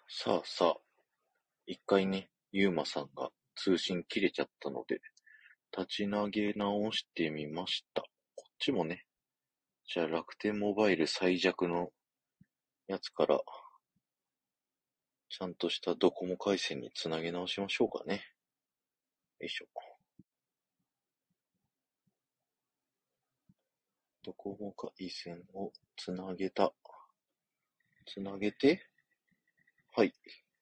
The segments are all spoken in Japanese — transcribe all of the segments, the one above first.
さあさあ、一回ね、ゆうまさんが通信切れちゃったので、立ち上げ直してみました。こっちもね、じゃあ楽天モバイル最弱のやつから、ちゃんとしたドコモ回線につなげ直しましょうかね。よいしょ。ドコモ回線をつなげた。つなげて、はい。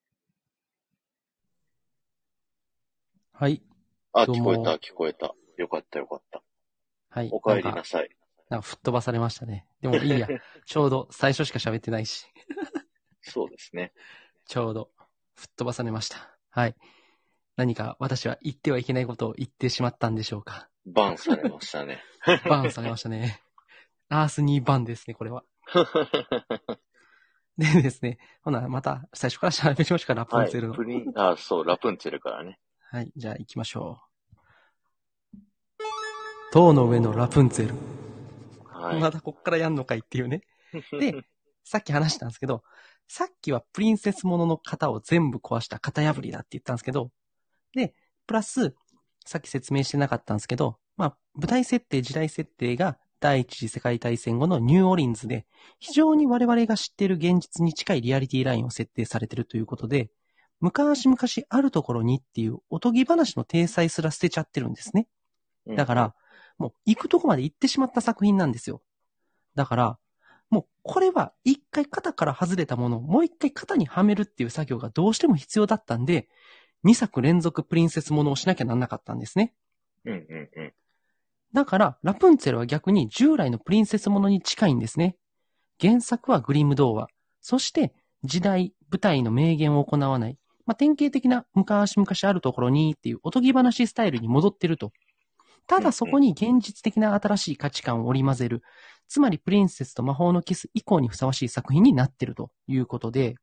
はい。 あ、 どう聞こえた、 も。 聞こえた。よかったよかった。 はい。 お帰りなさい。 なんか吹っ飛ばされましたね。でもいいや。ちょうど最初しか喋ってないし。 そうですね。 ちょうど吹っ飛ばされました。はい。何か私は言ってはいけないことを言ってしまったんでしょうか。 バンされましたね。 バーンされましたね。アースにバンですね、これは。でですね。ほな、また最初から喋りましょうか、ラプンはい。 ツェルの。 そう、ラプンツェルからね。 はい。じゃあ行きましょう。塔の上のラプンツェル。 はい。 またこっからやんのかいっていうね。で、さっき話したんですけど、さっきはプリンセスものの型を全部壊した型破りだって言ったんですけど、で、プラス、さっき説明してなかったんですけど、舞台設定、時代設定が第一次世界大戦後のニューオーリンズで、非常に我々が知っている現実に近いリアリティラインを設定されているということで、昔々あるところにっていうおとぎ話の体裁すら捨てちゃってるんですね。だから、もう行くとこまで行ってしまった作品なんですよ。だから、もうこれは一回型から外れたものをもう一回型にはめるっていう作業がどうしても必要だったんで、2作連続プリンセスものをしなきゃなんなかったんですね。だから、ラプンツェルは逆に従来のプリンセスものに近いんですね。原作はグリム童話。そして、時代、舞台の名言を行わない。典型的な昔々あるところにっていうおとぎ話スタイルに戻ってると。ただそこに現実的な新しい価値観を織り交ぜる。つまりプリンセスと魔法のキス以降にふさわしい作品になってるということで。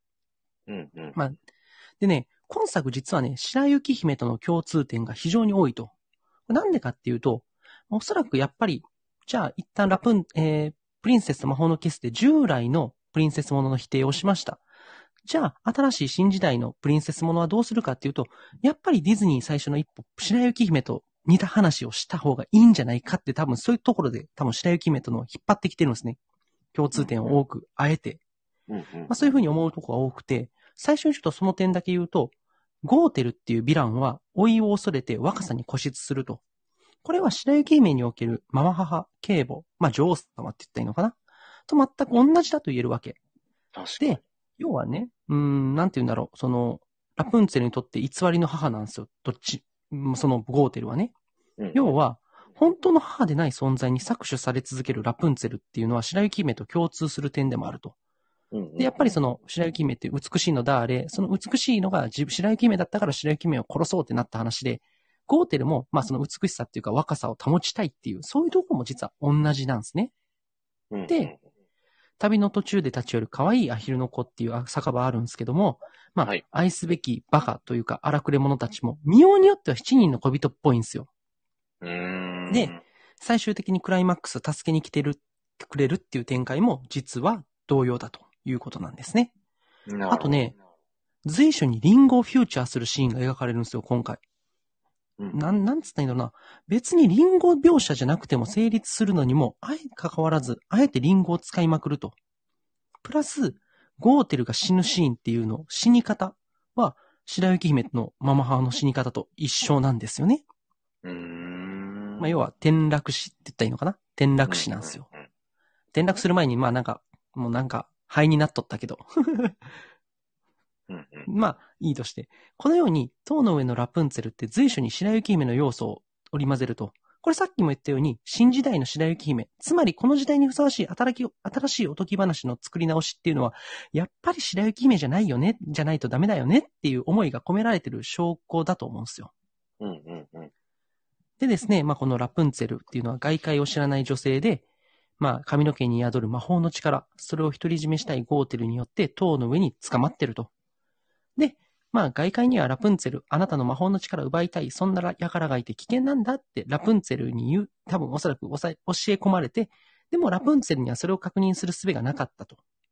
でね、今作実はね、白雪姫との共通点が非常に多いと。なんでかっていうと、おそらくやっぱり、じゃあ一旦プリンセスと魔法のキスで従来のプリンセスものの否定をしました。じゃあ、新しい新時代のプリンセスものはどうするかっていうと、やっぱりディズニー最初の一歩、白雪姫と似た話をした方がいいんじゃないかって多分そういうところで白雪姫との引っ張ってきてるんですね。共通点を多く、あえて。そういうふうに思うところが多くて、最初にちょっとその点だけ言うと、ゴーテルっていうヴィランは老いを恐れて若さに固執すると。これは白雪姫におけるママ母、警母、女王様って言ったらいいのかなと全く同じだと言えるわけ。で、要はね、なんて言うんだろう、ラプンツェルにとって偽りの母なんですよ。どっち、そのゴーテルはね。要は、本当の母でない存在に搾取され続けるラプンツェルっていうのは白雪姫と共通する点でもあると。で、やっぱり白雪姫って美しいのだあれ、その美しいのが白雪姫だったから白雪姫を殺そうってなった話で、ゴーテルも、その美しさっていうか若さを保ちたいっていう、そういうところも実は同じなんですね。で、旅の途中で立ち寄る可愛いアヒルの子っていう酒場あるんですけども、愛すべきバカというか荒くれ者たちも、見ようによっては7人の小人っぽいんですよ。で、最終的にクライマックス助けに来てくれるっていう展開も実は同様だということなんですね。あとね、随所にリンゴをフューチャーするシーンが描かれるんですよ、今回。なんつったらいいんだろうな。別にリンゴ描写じゃなくても成立するのにも、関わらず、あえてリンゴを使いまくると。プラス、ゴーテルが死ぬシーンっていうの、死に方は、白雪姫のママ母の死に方と一緒なんですよね。要は、転落死って言ったらいいのかな？転落死なんですよ。転落する前に、もう灰になっとったけど。いいとして。このように、塔の上のラプンツェルって随所に白雪姫の要素を織り交ぜると、これさっきも言ったように、新時代の白雪姫、つまりこの時代にふさわしい新しいおとぎ話の作り直しっていうのは、やっぱり白雪姫じゃないよね、じゃないとダメだよねっていう思いが込められてる証拠だと思うんですよ。でですね、このラプンツェルっていうのは外界を知らない女性で、髪の毛に宿る魔法の力、それを独り占めしたいゴーテルによって塔の上に捕まってると。で、外界にはラプンツェル、あなたの魔法の力を奪いたい、そんな輩がいて危険なんだってラプンツェルに多分おそらく教え込まれて、でもラプンツェルにはそれを確認する術がなかったと。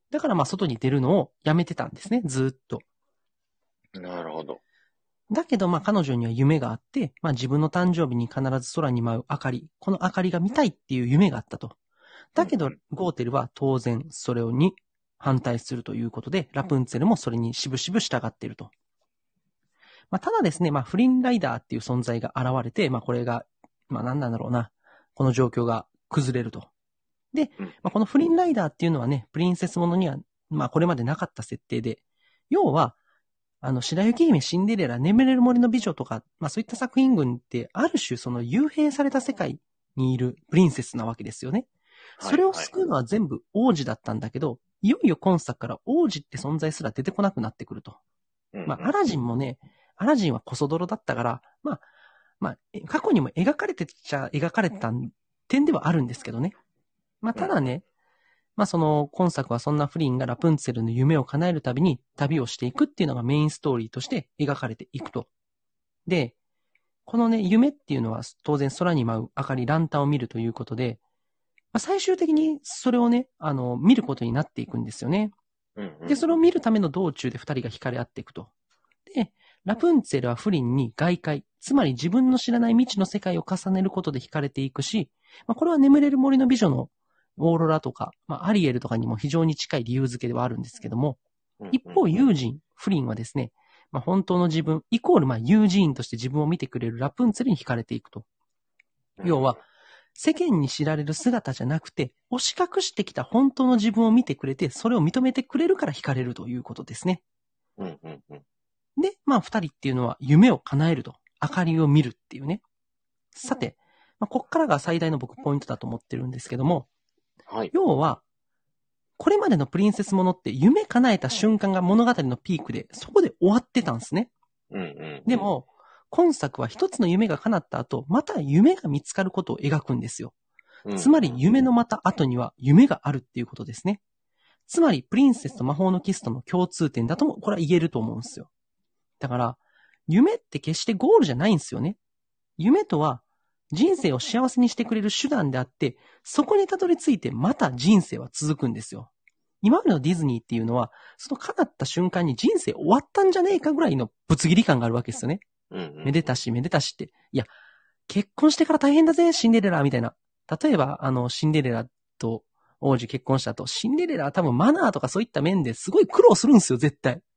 だからまあ外に出るのをやめてたんですね、ずーっと。 なるほど。 だけどまあ彼女には夢があって、まあ自分の誕生日に必ず空に舞う明かり、この明かりが見たいっていう夢があったと。だけど、ゴーテルは当然それに反対するということで、ラプンツェルもそれにしぶしぶ従っていると。まあただですね、まあフリンライダーっていう存在が現れて、まあこれが、まあ何なんだろうな、この状況が崩れると。で、まあ、このフリンライダーっていうのはね、プリンセスものには、まあこれまでなかった設定で、要は、白雪姫、シンデレラ、眠れる森の美女とか、まあそういった作品群って、ある種その幽閉された世界にいるプリンセスなわけですよね。それを救うのは全部王子だったんだけど、いよいよ今作から王子って存在すら出てこなくなってくると。まあアラジンもね、アラジンはコソ泥だったから、まあ、過去にも描かれてた点ではあるんですけどね。まあただね、まあその今作はそんなフリンがラプンツェルの夢を叶えるたびに旅をしていくっていうのがメインストーリーとして描かれていくと。で、このね、夢っていうのは当然空に舞う明かり、ランタンを見るということで、まあ、最終的にそれをね、見ることになっていくんですよね。で、それを見るための道中で二人が惹かれ合っていくと。で、ラプンツェルはフリンに外界、つまり自分の知らない未知の世界を重ねることで惹かれていくし、まあ、これは眠れる森の美女のオーロラとか、まあ、アリエルとかにも非常に近い理由付けではあるんですけども、一方、ユージン、フリンはですね、まあ、本当の自分、イコール、まあ、ユージーンとして自分を見てくれるラプンツェルに惹かれていくと。要は、世間に知られる姿じゃなくて、押し隠してきた本当の自分を見てくれて、それを認めてくれるから惹かれるということですね。で、まあ、二人っていうのは夢を叶えると。明かりを見るっていうね。さて、まあ、こっからが最大の僕ポイントだと思ってるんですけども、 はい。 要は、これまでのプリンセスものって夢叶えた瞬間が物語のピークで、そこで終わってたんですね。でも、今作は一つの夢が叶った後、また夢が見つかることを描くんですよ。つまり夢のまた後には夢があるっていうことですね。つまり、プリンセスと魔法のキスとの共通点だとも、これは言えると思うんですよ。だから、夢って決してゴールじゃないんですよね。夢とは、人生を幸せにしてくれる手段であって、そこにたどり着いてまた人生は続くんですよ。今までのディズニーっていうのは、その叶った瞬間に人生終わったんじゃねえかぐらいのぶつ切り感があるわけですよね。めでたしめでたしって。いや、結婚してから大変だぜ、シンデレラみたいな。例えば、シンデレラと王子結婚した後、シンデレラは多分マナーとかそういった面ですごい苦労するんですよ、絶対。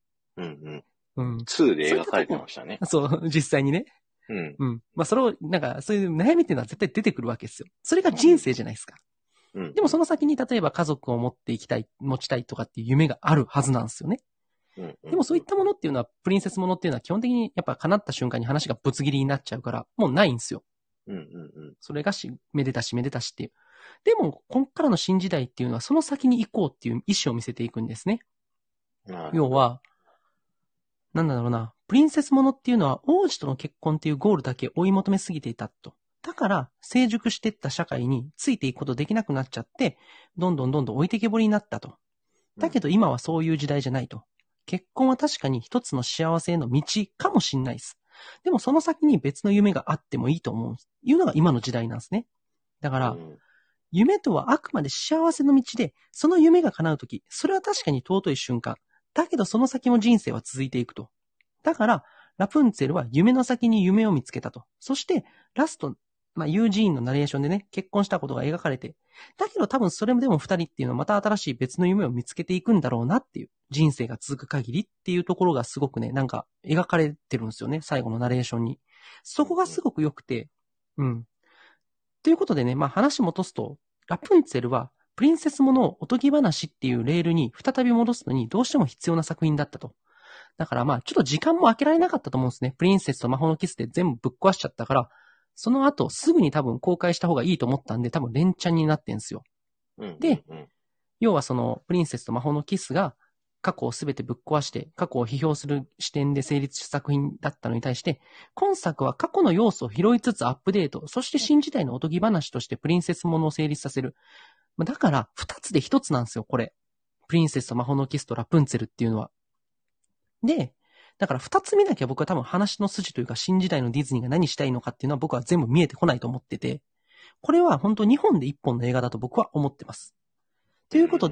2で描かれてましたね。 そう、実際にね。まあ、それを、なんか、そういう悩みっていうのは絶対出てくるわけですよ。それが人生じゃないですか。でもその先に例えば家族を持ちたいとかっていう夢があるはずなんですよね。でもそういったものっていうのは、プリンセスものっていうのは基本的にやっぱ叶った瞬間に話がぶつ切りになっちゃうから、もうないんですよ。それがめでたしっていう。でも、こっからの新時代っていうのはその先に行こうっていう意思を見せていくんですね。要は、なんだろうな、プリンセスものっていうのは王子との結婚っていうゴールだけ追い求めすぎていたと。だから、成熟していった社会についていくことできなくなっちゃって、どんどん置いてけぼりになったと。だけど今はそういう時代じゃないと。結婚は確かに一つの幸せへの道かもしんないです。でもその先に別の夢があってもいいと思う。いうのが今の時代なんですね。だから、夢とはあくまで幸せの道で、その夢が叶うとき、それは確かに尊い瞬間。だけどその先も人生は続いていくと。だから、ラプンツェルは夢の先に夢を見つけたと。そして、ラスト、まあ、ユージーンのナレーションでね、結婚したことが描かれて、だけど多分それでも二人っていうのはまた新しい別の夢を見つけていくんだろうなっていう、人生が続く限りっていうところがすごくね、なんか描かれてるんですよね、最後のナレーションに。そこがすごく良くて、ということでね、まあ話戻すと、ラプンツェルは、プリンセスものをおとぎ話っていうレールに再び戻すのにどうしても必要な作品だったと。だからまあちょっと時間も空けられなかったと思うんですね。プリンセスと魔法のキスで全部ぶっ壊しちゃったから、その後すぐに多分公開した方がいいと思ったんで多分連チャンになってんすよ。で、要はそのプリンセスと魔法のキスが過去をすべてぶっ壊して過去を批評する視点で成立した作品だったのに対して、今作は過去の要素を拾いつつアップデート、そして新時代のおとぎ話としてプリンセスものを成立させる。だから、二つで一つなんですよ、これ。プリンセスと魔法のキスとラプンツェルっていうのは。で、だから二つ見なきゃ僕は多分話の筋というか新時代のディズニーが何したいのかっていうのは僕は全部見えてこないと思ってて、これは本当日本で一本の映画だと僕は思ってます。ということで、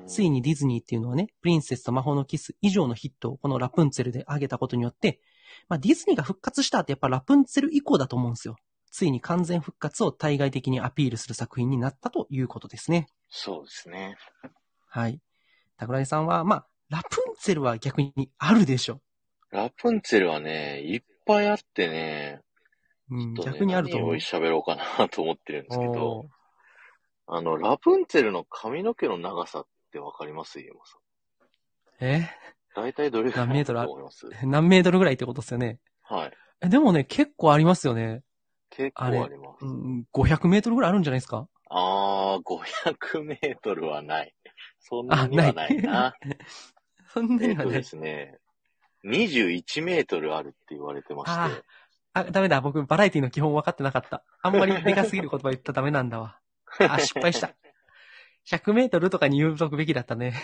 ついにディズニーっていうのはね、プリンセスと魔法のキス以上のヒットをこのラプンツェルで上げたことによって、まあディズニーが復活したってやっぱラプンツェル以降だと思うんですよ。ついに完全復活を対外的にアピールする作品になったということですね。 そうですね。 はい。桜井さんは、まあ、ラプンツェルは逆にあるでしょ。 ラプンツェルはね、いっぱいあってね、 うん、 ちょっとね、 逆にあると思う。 何を喋ろうかなと思ってるんですけど、 おーラプンツェルの髪の毛の長さってわかりますゆうまさん。大体どれぐらいあると思います何メートルぐらいってことですよね。 はい。 でもね、結構ありますよね。 結構あります。 500メートルぐらいあるんじゃないですか？ 500メートルはない。そんなにはないな。 そんなにはない。 ですね、21メートルあるって言われてまして。 ダメだ。僕、バラエティの基本分かってなかった。あんまりでかすぎる言葉言ったらダメなんだわ。失敗した。100メートルとかに言うとくべきだったね。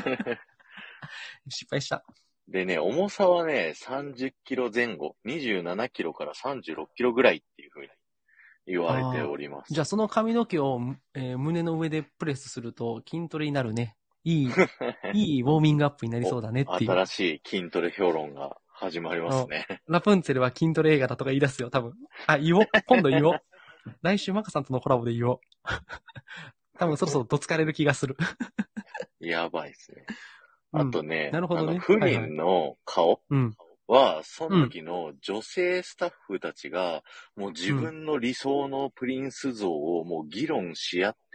失敗した。 でね、重さはね、30キロ前後、27キロから36キロぐらいっていう風に言われております。 じゃあその髪の毛を、胸の上でプレスすると筋トレになるね。いいウォーミングアップになりそうだねっていう。 新しい筋トレ評論が始まりますね。 ラプンツェルは筋トレ映画だとか言い出すよ、多分。言おう。今度言おう。来週マカさんとのコラボで言おう。多分そろそろどつかれる気がする。 やばいですね。あとね、 なるほどね。 フリンの顔は、その時の女性スタッフたちが、もう自分の理想のプリンス像をもう議論し合って、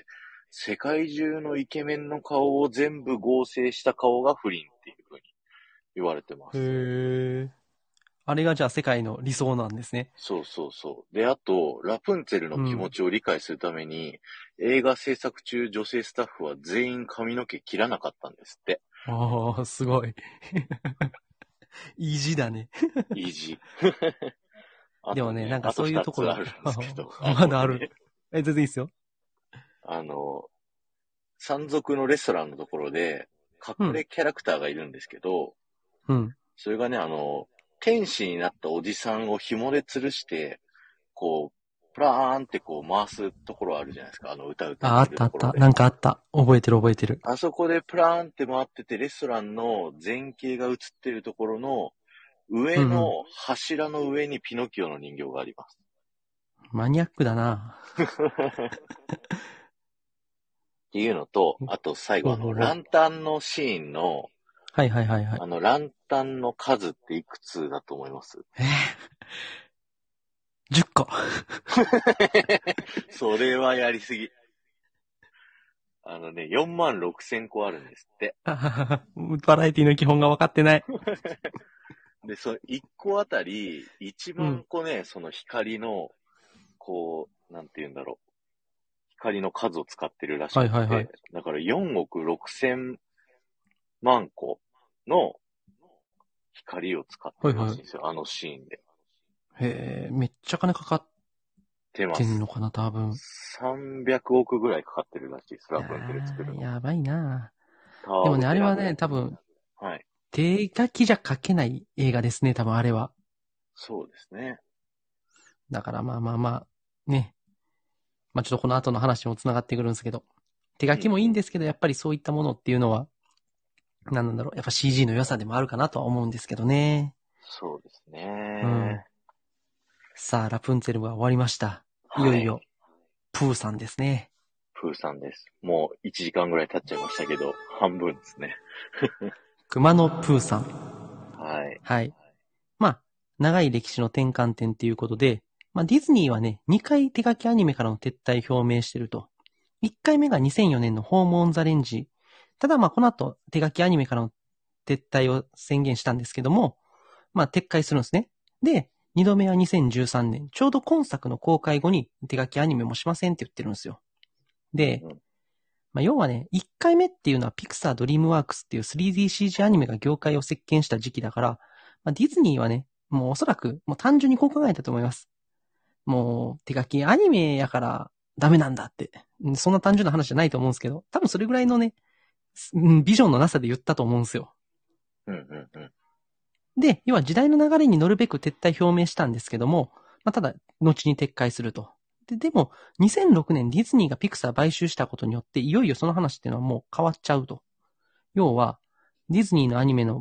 世界中のイケメンの顔を全部合成した顔がフリンっていう風に言われてます。 へー。あれがじゃあ世界の理想なんですね。 そうそうそう。で、あと、ラプンツェルの気持ちを理解するために、映画制作中女性スタッフは全員髪の毛切らなかったんですって。 すごい。意地だね。 意地。 でもね、なんかそういうところあるんですけど。 まだある。全然いいですよ。 山賊のレストランのところで、隠れキャラクターがいるんですけど、それがね、天使になったおじさんを紐で吊るして、こう、プラーンってこう回すところあるじゃないですか、歌ってるあった。なんかあった。覚えてる。 あそこでプラーンって回ってて、レストランの前景が映ってるところの、上の柱の上にピノキオの人形があります。 マニアックだなっていうのと、あと最後ランタンのシーンの、ランタンの数っていくつだと思います？ 10個。 それはやりすぎ。46,000個あるんですって。 バラエティの基本が分かってない。 で、その1個あたり1万個ね、その光の、こう、なんて言うんだろう。光の数を使ってるらしくて、だから4億6千万個の光を使ってるらしいんですよ、あのシーンで。 へえ、めっちゃ金かかってんのかな、多分。 300億ぐらいかかってるらしいです、ラプンツェル作るの。 やばいなでもね、あれはね、多分、手書きじゃ書けない映画ですね、多分あれは。 そうですね。 だからまあ、ね。ちょっとこの後の話も繋がってくるんですけど、手書きもいいんですけど、やっぱりそういったものっていうのは、何なんだろう、やっぱ CG の良さでもあるかなとは思うんですけどね。 そうですね。 さあ、ラプンツェルは終わりました。いよいよ、プーさんですね。 プーさんです。もう1時間ぐらい経っちゃいましたけど、半分ですね。 熊野プーさん。 はい。 長い歴史の転換点ということで、ディズニーはね、2回手書きアニメからの撤退表明してると。1回目が2004年のホームオンザレンジ。ただこの後手書きアニメからの撤退を宣言したんですけども、撤回するんですね。で、2度目は2013年、ちょうど今作の公開後に手書きアニメもしませんって言ってるんですよ。で、要はね、1回目っていうのはピクサードリームワークスっていう 3DCG アニメが業界を席巻した時期だから、ディズニーはね、もうおそらくもう単純にこう考えたと思います。もう手書きアニメやからダメなんだって。そんな単純な話じゃないと思うんですけど、多分それぐらいのね、ビジョンのなさで言ったと思うんですよ。で、要は時代の流れに乗るべく撤退表明したんですけども、ただ、後に撤回すると。 でも、2006年ディズニーがピクサー買収したことによって、いよいよその話っていうのはもう変わっちゃうと。要は、ディズニーのアニメの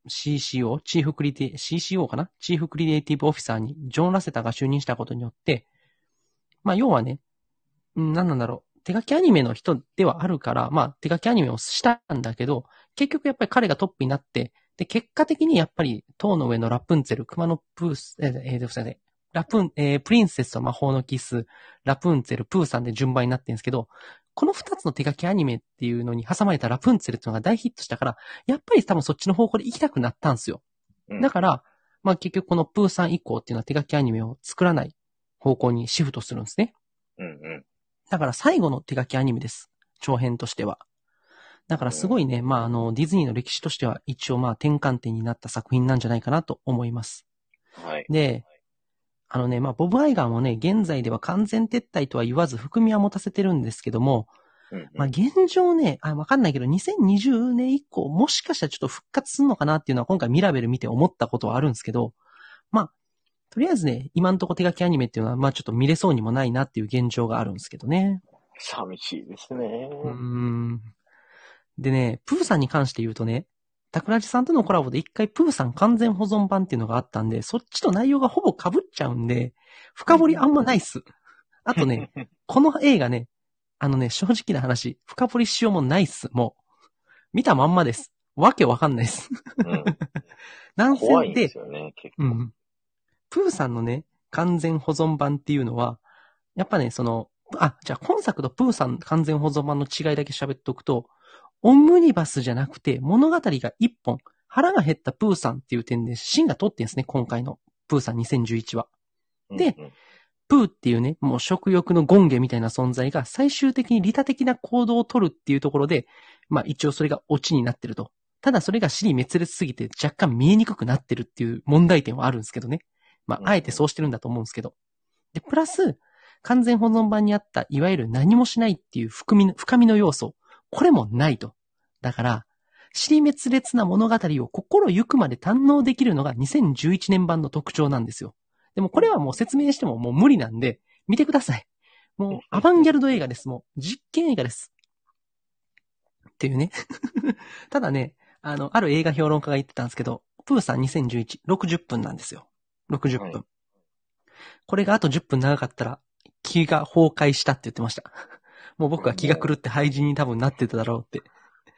CCO、CCO かなチーフクリエイティブオフィサーにジョン・ラセターが就任したことによって、まあ要はね、何なんだろう。手書きアニメの人ではあるから、まあ手書きアニメをしたんだけど、結局やっぱり彼がトップになって、で、結果的にやっぱり塔の上のラプンツェル、熊のプース、プリンセスと魔法のキス、ラプンツェル、プーさんで順番になってるんですけど、この二つの手書きアニメっていうのに挟まれたラプンツェルっていうのが大ヒットしたから、やっぱり多分そっちの方向で行きたくなったんですよ。だから、まあ結局このプーさん以降っていうのは手書きアニメを作らない方向にシフトするんですね。だから最後の手書きアニメです。長編としては。だからすごいね、まあディズニーの歴史としては一応まあ転換点になった作品なんじゃないかなと思います。 はい。 で、まあボブ・アイガーもね、現在では完全撤退とは言わず含みは持たせてるんですけども、まあ現状ね、わかんないけど2020年以降、もしかしたらちょっと復活するのかなっていうのは今回ミラベル見て思ったことはあるんですけど、まあ、とりあえずね、今んとこ手書きアニメっていうのは、まあちょっと見れそうにもないなっていう現状があるんですけどね。 寂しいですね。 でね、プーさんに関して言うとね、タクラジさんとのコラボで一回プーさん完全保存版っていうのがあったんで、そっちと内容がほぼ被っちゃうんで、深掘りあんまないっす。あとね、この映画ね、正直な話、深掘りしようもないっす、もう。見たまんまです。わけわかんないっす。なんせ怖いんですよね、結構。 プーさんのね、完全保存版っていうのは、やっぱね、じゃあ今作とプーさん完全保存版の違いだけ喋っておくと、オムニバスじゃなくて物語が一本、腹が減ったプーさんっていう点で芯が通ってんですね、今回のプーさん2011は。で、プーっていうね、もう食欲の権下みたいな存在が最終的に利他的な行動を取るっていうところで、まあ一応それがオチになってると。ただそれが死に滅裂すぎて若干見えにくくなってるっていう問題点はあるんですけどね。まああえてそうしてるんだと思うんですけど。で、プラス、完全保存版にあった、いわゆる何もしないっていう深みの要素。これもないと。だから、死に滅裂な物語を心ゆくまで堪能できるのが2011年版の特徴なんですよ。でもこれはもう説明してももう無理なんで、見てください。もうアバンギャルド映画です。もう実験映画です。っていうね。ただね、ある映画評論家が言ってたんですけど、プーさん2011、60分なんですよ。60分。はい、これがあと10分長かったら、気が崩壊したって言ってました。もう僕は気が狂って廃人に多分なってただろうって。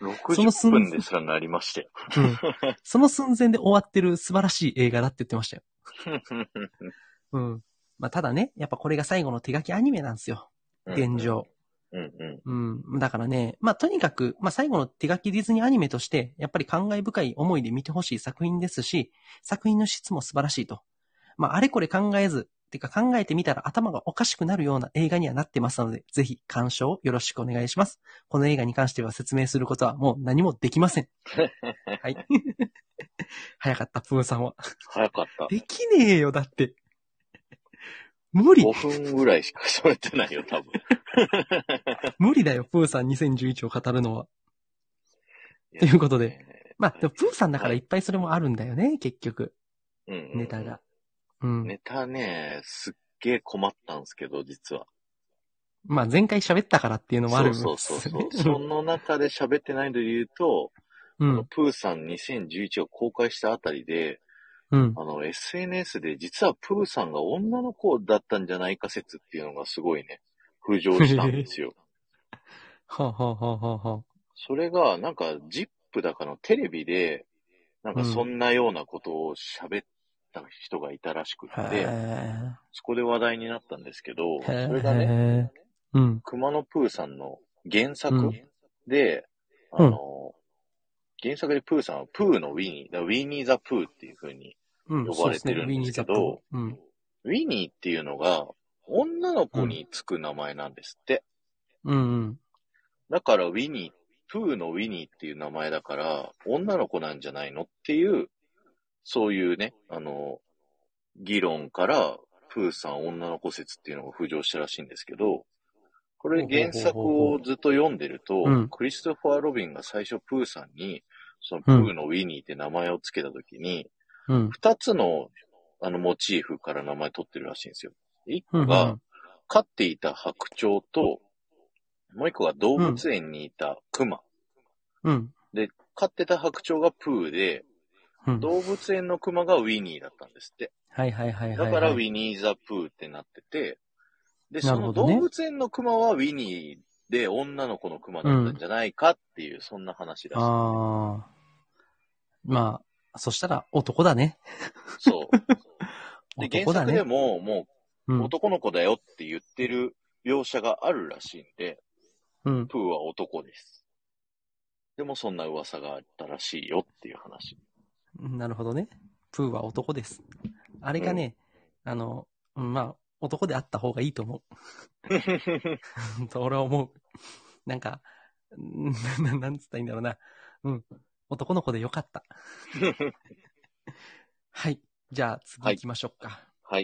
60分ですらなりましたよ。 その寸前で終わってる素晴らしい映画だって言ってましたよ。まあ、ただね、やっぱこれが最後の手書きアニメなんですよ。現状。だからね、まあ、とにかく、まあ、最後の手書きディズニーアニメとして、やっぱり感慨深い思いで見てほしい作品ですし、作品の質も素晴らしいと。まあ、あれこれ考えず、てか考えてみたら頭がおかしくなるような映画にはなってますので、ぜひ鑑賞よろしくお願いします。この映画に関しては説明することはもう何もできません。はい。早かった、プーさんは。 早かった。 できねえよ、だって。無理。 5分ぐらいしか喋ってないよ、多分。 無理だよ、プーさん2011を語るのは。ということで。まあ、でもプーさんだからいっぱいそれもあるんだよね、結局。ネタが。 ネタね、すっげえ困ったんですけど、実は。 まあ、前回喋ったからっていうのもあるんです。 そう。その中で喋ってないので言うと、プーさん2011を公開したあたりで、SNS で実はプーさんが女の子だったんじゃないか説っていうのがすごいね、浮上したんですよ。それが、なんか、ジップだかのテレビで、なんかそんなようなことを喋った人がいたらしくって、そこで話題になったんですけど、それがね、熊野プーさんの原作で、原作でプーさんはプーのウィニー、ウィニー・ザ・プーっていう風に呼ばれてるんですけど、ウィニーっていうのが女の子につく名前なんですって。だからウィニー、プーのウィニーっていう名前だから女の子なんじゃないのっていう、そういうね、議論からプーさん女の子説っていうのが浮上したらしいんですけど、これ原作をずっと読んでると、クリストファー・ロビンが最初プーさんに、そのプーのウィニーって名前をつけたときに、二つのモチーフから名前取ってるらしいんですよ。一個が、 飼っていた白鳥と、もう一個が動物園にいたクマ。 うん。 で、飼ってた白鳥がプーで、 うん。 動物園のクマがウィニーだったんですって。 はいはいはいはい、はい。 だからウィニー・ザ・プーってなってて、で、その動なるほどね。 物園のクマはウィニーで女の子のクマだったんじゃないかっていう、そんな話らしい、ね。 ああ。まあ、そしたら男だね。 そう。で、原男だね。 作でも、もう、 うん。 男の子だよって言ってる描写があるらしいんで、 うん。 プーは男です。でもそんな噂があったらしいよっていう話。 なるほどね。プーは男です。あれがね、まあ、男であった方がいいと思う。と俺は思う。なんか、なんつったらいいんだろうな。うん。男の子でよかった。はい。じゃあ次行きましょうか。 はい。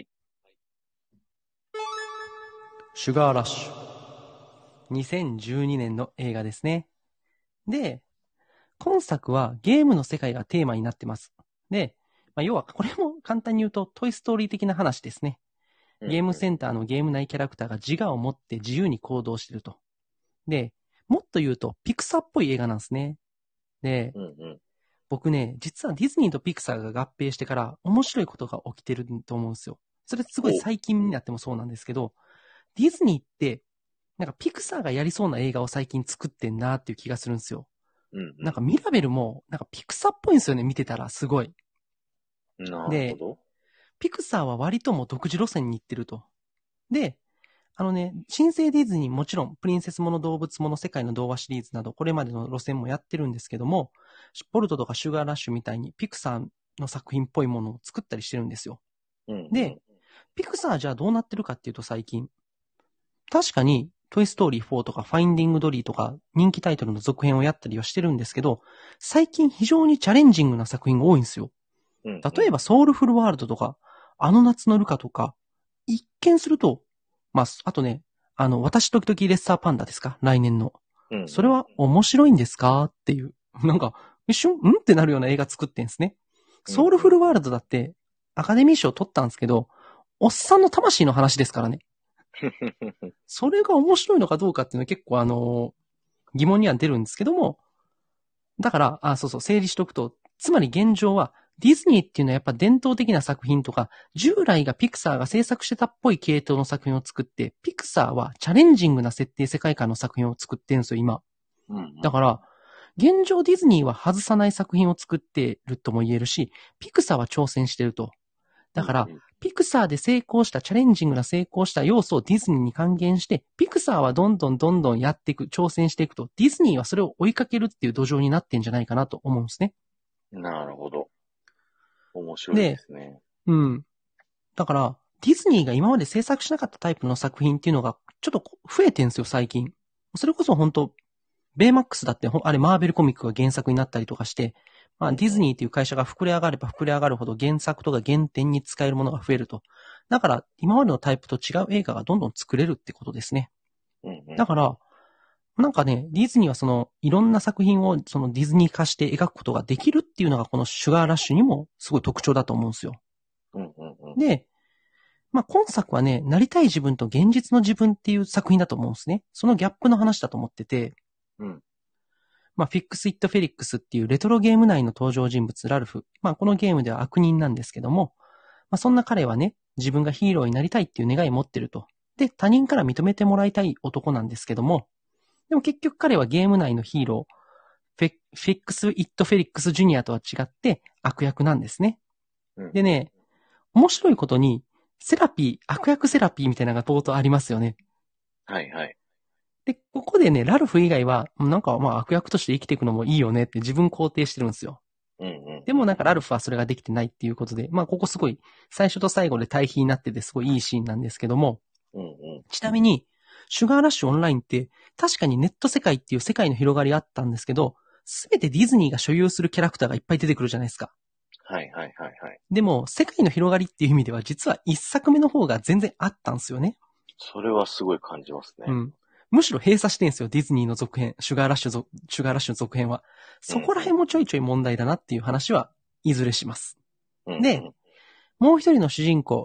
シュガーラッシュ。2012年の映画ですね。で、今作はゲームの世界がテーマになってます。で、要はこれも簡単に言うとトイストーリー的な話ですね。ゲームセンターのゲーム内キャラクターが自我を持って自由に行動してると。で、もっと言うとピクサーっぽい映画なんですね。で、僕ね、実はディズニーとピクサーが合併してから面白いことが起きてると思うんですよ。それすごい最近になってもそうなんですけど、ディズニーって、なんかピクサーがやりそうな映画を最近作ってんなっていう気がするんですよ。なんかミラベルも、なんかピクサーっぽいんですよね、見てたらすごい。 なるほど。 ピクサーは割とも独自路線に行ってると。で、新生ディズニーもちろん、プリンセスもの動物もの世界の童話シリーズなど、これまでの路線もやってるんですけども、ボルトとかシュガーラッシュみたいにピクサーの作品っぽいものを作ったりしてるんですよ。で、ピクサーじゃあどうなってるかっていうと最近、確かに、トイストーリー4とかファインディングドリーとか人気タイトルの続編をやったりはしてるんですけど、最近非常にチャレンジングな作品が多いんですよ。例えばソウルフルワールドとか、あの夏のルカとか、一見すると、あとね、私時々レッサーパンダですか？来年の。それは面白いんですかっていう。なんか、一瞬、ってなるような映画作ってんですね。ソウルフルワールドだって、アカデミー賞取ったんですけど、おっさんの魂の話ですからね。それが面白いのかどうかっていうのは結構疑問には出るんですけども、だから、整理しとくと、つまり現状は、ディズニーっていうのはやっぱ伝統的な作品とか、従来がピクサーが制作してたっぽい系統の作品を作って、ピクサーはチャレンジングな設定世界観の作品を作ってるんですよ、今。だから、現状ディズニーは外さない作品を作ってるとも言えるし、ピクサーは挑戦してると。だから、ピクサーで成功した、チャレンジングな成功した要素をディズニーに還元して、ピクサーはどんどんやっていく、挑戦していくと、ディズニーはそれを追いかけるっていう土壌になってんじゃないかなと思うんですね。 なるほど。面白いですね。 だから、ディズニーが今まで制作しなかったタイプの作品っていうのが、ちょっと増えてんですよ、最近。それこそ本当ベイマックスだって、あれマーベルコミックが原作になったりとかして、ディズニーっていう会社が膨れ上がれば膨れ上がるほど原作とか原点に使えるものが増えると。だから、今までのタイプと違う映画がどんどん作れるってことですね。だから、なんかね、ディズニーはいろんな作品をディズニー化して描くことができるっていうのがこのシュガーラッシュにもすごい特徴だと思うんですよ。で、今作はね、なりたい自分と現実の自分っていう作品だと思うんですね。そのギャップの話だと思ってて、フィックス・イット・フェリックスっていうレトロゲーム内の登場人物、ラルフ。このゲームでは悪人なんですけども、そんな彼はね、自分がヒーローになりたいっていう願いを持ってると。で、他人から認めてもらいたい男なんですけども、でも結局彼はゲーム内のヒーロー、フィックス・イット・フェリックス・ジュニアとは違って悪役なんですね。でね、面白いことに、悪役セラピーみたいなのが冒頭ありますよね。 はいはい。 で、ここでね、ラルフ以外は、なんか悪役として生きていくのもいいよねって自分肯定してるんですよ。でもなんかラルフはそれができてないっていうことで、ここすごい、最初と最後で対比になっててすごいいいシーンなんですけども、ちなみに、シュガーラッシュオンラインって確かにネット世界っていう世界の広がりあったんですけど、すべてディズニーが所有するキャラクターがいっぱい出てくるじゃないですか。 はいはいはいはい。 でも、世界の広がりっていう意味では実は一作目の方が全然あったんですよね。 それはすごい感じますね。 むしろ閉鎖してんすよ、ディズニーの続編、シュガーラッシュの続編は。そこら辺もちょいちょい問題だなっていう話はいずれします。で、もう一人の主人公、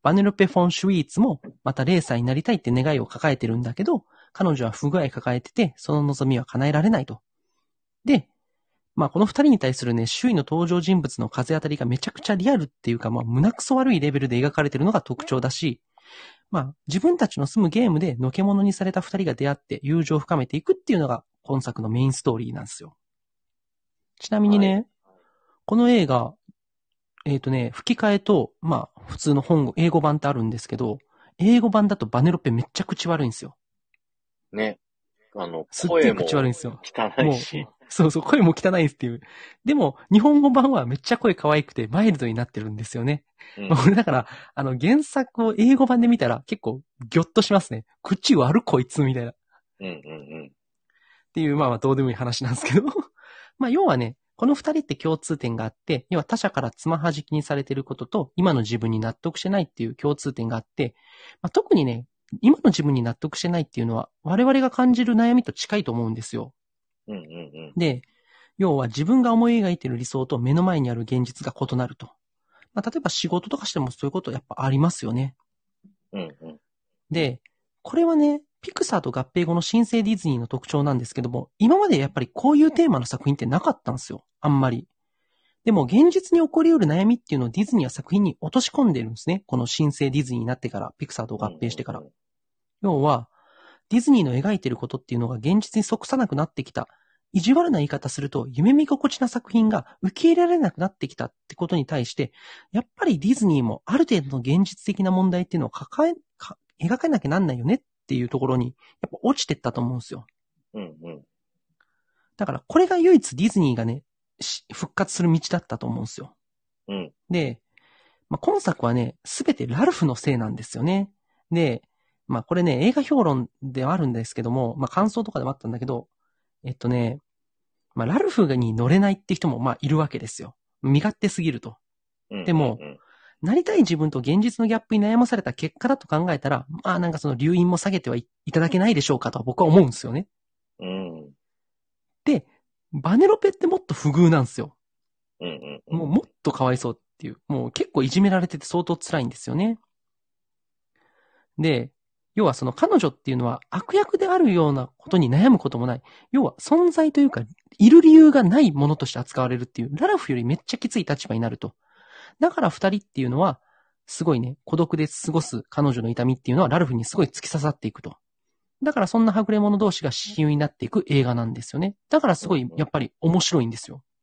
バネロペ・フォン・シュイーツもまたレーサーになりたいって願いを抱えてるんだけど、彼女は不具合抱えてて、その望みは叶えられないと。で、まあこの二人に対するね、周囲の登場人物の風当たりがめちゃくちゃリアルっていうか、まあ胸くそ悪いレベルで描かれてるのが特徴だし、まあ自分たちの住むゲームでのけ者にされた二人が出会って友情を深めていくっていうのが今作のメインストーリーなんですよ。ちなみにね、この映画、吹き替えと、まあ普通の英語版ってあるんですけど、英語版だとバネロペめっちゃ口悪いんですよ。 ね。 すっげえ口悪いんですよ。 汚いし。 そうそう、声も汚いんですっていう。でも、日本語版はめっちゃ声可愛くてマイルドになってるんですよね。俺だから、原作を英語版で見たら結構ギョッとしますね。口悪こいつみたいな。っていう、まあどうでもいい話なんですけど。まあ要はね、この二人って共通点があって、要は他者からつまはじきにされていることと、今の自分に納得してないっていう共通点があって、まあ、特にね、今の自分に納得してないっていうのは、我々が感じる悩みと近いと思うんですよ。で、要は自分が思い描いている理想と目の前にある現実が異なると。まあ、例えば仕事とかしてもそういうことやっぱありますよね。で、これはね、ピクサーと合併後の新生ディズニーの特徴なんですけども、今までやっぱりこういうテーマの作品ってなかったんですよ。あんまり。でも現実に起こり得る悩みっていうのをディズニーは作品に落とし込んでるんですね。この新生ディズニーになってから、ピクサーと合併してから。要は、ディズニーの描いてることっていうのが現実に即さなくなってきた。意地悪な言い方すると、夢見心地な作品が受け入れられなくなってきたってことに対して、やっぱりディズニーもある程度の現実的な問題っていうのを描かなきゃなんないよねっていうところに、やっぱ落ちてったと思うんですよ。だから、これが唯一ディズニーがね、復活する道だったと思うんですよ。で、まあ、今作はね、すべてラルフのせいなんですよね。で、まあこれね、映画評論ではあるんですけども、まあ感想とかでもあったんだけど、まあラルフに乗れないって人もまあいるわけですよ。身勝手すぎると。でも、なりたい自分と現実のギャップに悩まされた結果だと考えたら、まあなんかその留飲も下げてはいただけないでしょうかとは僕は思うんですよね。で、バネロペってもっと不遇なんですよ。もっとかわいそうっていう。もう結構いじめられてて相当辛いんですよね。で、要はその彼女っていうのは悪役であるようなことに悩むこともない。要は存在というか、いる理由がないものとして扱われるっていう、ラルフよりめっちゃきつい立場になると。だから二人っていうのは、すごいね、孤独で過ごす彼女の痛みっていうのはラルフにすごい突き刺さっていくと。だからそんなはぐれ者同士が親友になっていく映画なんですよね。だからすごいやっぱり面白いんですよ。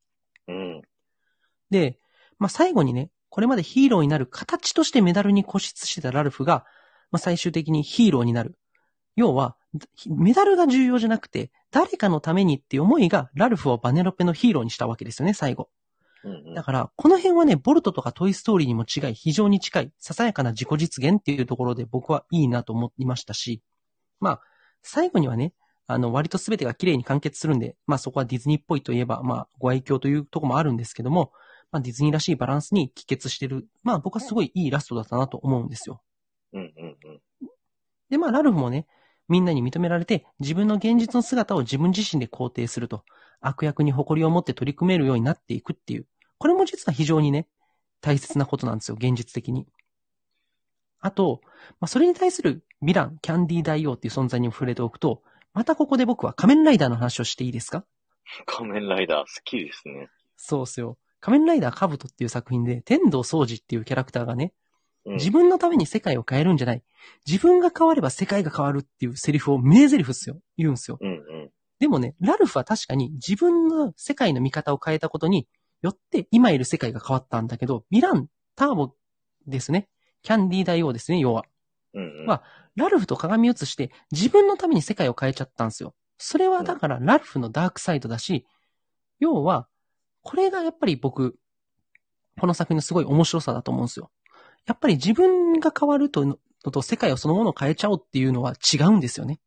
で、まあ最後にね、これまでヒーローになる形としてメダルに固執してたラルフが、まあ、最終的にヒーローになる。要は、メダルが重要じゃなくて、誰かのためにっていう思いがラルフをバネロペのヒーローにしたわけですよね、最後。だから、この辺はね、ボルトとかトイストーリーにも違い、非常に近い、ささやかな自己実現っていうところで僕はいいなと思いましたし、まあ、最後にはね、割と全てが綺麗に完結するんで、まあそこはディズニーっぽいといえば、まあご愛嬌というところもあるんですけども、まあディズニーらしいバランスに帰結してる。まあ僕はすごいいいラストだったなと思うんですよ。で、まあ、ラルフもね、みんなに認められて、自分の現実の姿を自分自身で肯定すると、悪役に誇りを持って取り組めるようになっていくっていう、これも実は非常にね、大切なことなんですよ、現実的に。あと、まあ、それに対するヴィラン、キャンディー大王っていう存在にも触れておくと、またここで僕は仮面ライダーの話をしていいですか？ 仮面ライダー好きですね。 そうっすよ。仮面ライダーカブトっていう作品で、天道総司っていうキャラクターがね、自分のために世界を変えるんじゃない。自分が変われば世界が変わるっていうセリフを名台詞っすよ。言うんすよ。でもね、ラルフは確かに自分の世界の見方を変えたことによって今いる世界が変わったんだけど、ヴィラン、ターボですね。キャンディー大王ですね、要は。は、ラルフと鏡写して自分のために世界を変えちゃったんですよ。それはだからラルフのダークサイドだし、要は、これがやっぱり僕、この作品のすごい面白さだと思うんですよ。やっぱり自分が変わると世界をそのものを変えちゃおうっていうのは違うんですよね。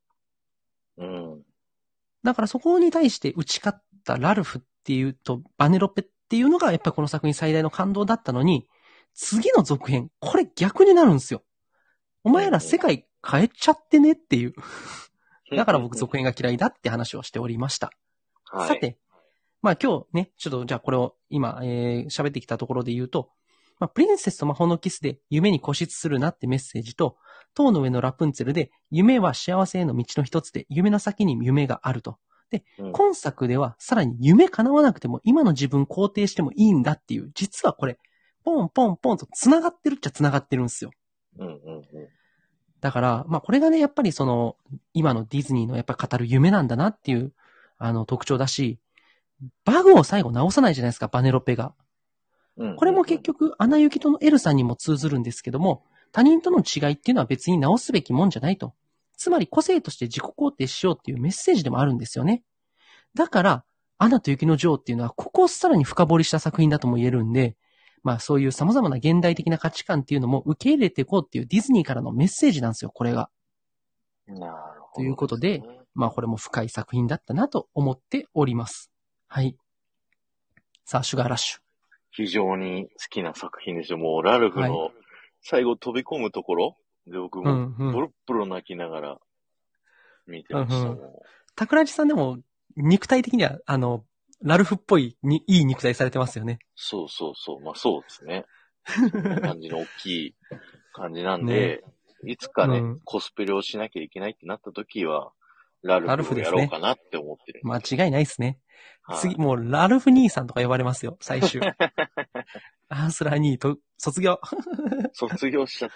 だからそこに対して打ち勝ったラルフっていうとバネロペっていうのがやっぱりこの作品最大の感動だったのに、次の続編、これ逆になるんですよ。お前ら世界変えちゃってねっていう。だから僕続編が嫌いだって話をしておりました。さて、まあ今日ね、ちょっとじゃあこれを今、喋ってきたところで言うと、 まあ、プリンセスと魔法のキスで夢に固執するなってメッセージと、塔の上のラプンツェルで夢は幸せへの道の一つで夢の先に夢があると。で、今作ではさらに夢叶わなくても今の自分肯定してもいいんだっていう、実はこれ、ポンポンポンと繋がってるっちゃ繋がってるんですよ。だから、まあこれがね、やっぱりその、今のディズニーのやっぱり語る夢なんだなっていう、特徴だし、バグを最後直さないじゃないですか、バネロペが。これも結局、アナ雪とのエルさんにも通ずるんですけども、他人との違いっていうのは別に直すべきもんじゃないと。つまり個性として自己肯定しようっていうメッセージでもあるんですよね。だから、アナと雪の女王っていうのは、ここをさらに深掘りした作品だとも言えるんで、まあそういう様々な現代的な価値観っていうのも受け入れていこうっていうディズニーからのメッセージなんですよ、これが。 なるほど、ね。 ということで、まあこれも深い作品だったなと思っております。はい。さあ、シュガーラッシュ。 非常に好きな作品ですよ。もうラルフの最後飛び込むところで僕もボロッボロ泣きながら見てましたもん。 桜地さんでも肉体的には、ラルフっぽいいい肉体されてますよね。 そうそうそう。まあそうですね。そんな感じの大きい感じなんで、ね、いつかね、コスプレをしなきゃいけないってなった時は、ラルフをやろうかなって思ってる。 間違いないですね。次、もうラルフ兄さんとか呼ばれますよ、最終。アースラ兄と卒業。 卒業しちゃった。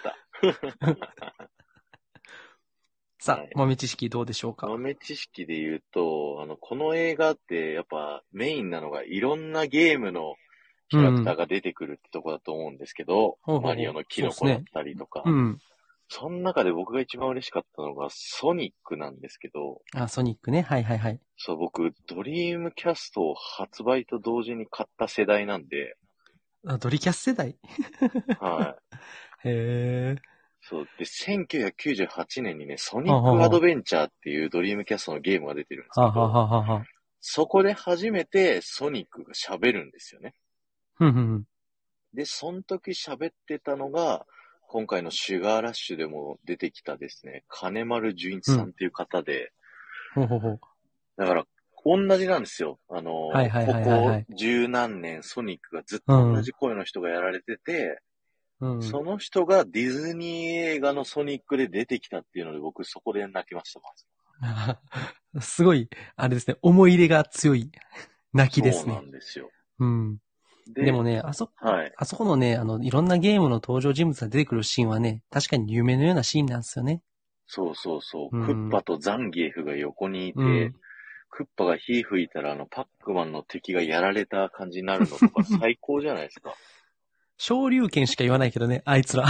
さあ、豆知識どうでしょうか？ 豆知識で言うと、この映画ってやっぱメインなのがいろんなゲームのキャラクターが出てくるってとこだと思うんですけど、マリオのキノコだったりとか。その中で僕が一番嬉しかったのがソニックなんですけど。 あ、ソニックね。はいはいはい。 そう、僕、ドリームキャストを発売と同時に買った世代なんで。 あ、ドリキャス世代はい。 へー。 そう。で、1998年にね、ソニックアドベンチャーっていうドリームキャストのゲームが出てるんですけど、そこで初めてソニックが喋るんですよね。で、その時喋ってたのが、今回のシュガーラッシュでも出てきたですね、金丸純一さんっていう方で、だから、同じなんですよ。ここ十何年ソニックがずっと同じ声の人がやられてて、その人がディズニー映画のソニックで出てきたっていうので、僕そこで泣きました、 まず。すごい、あれですね、思い入れが強い泣きですね。 そうなんですよ。 でもね、あそこのね、いろんなゲームの登場人物が出てくるシーンはね、確かに夢のようなシーンなんですよね。 そうそうそう。クッパとザンギエフが横にいて、クッパが火吹いたらパックマンの敵がやられた感じになるのとか最高じゃないですか。 昇竜拳しか言わないけどね、あいつら。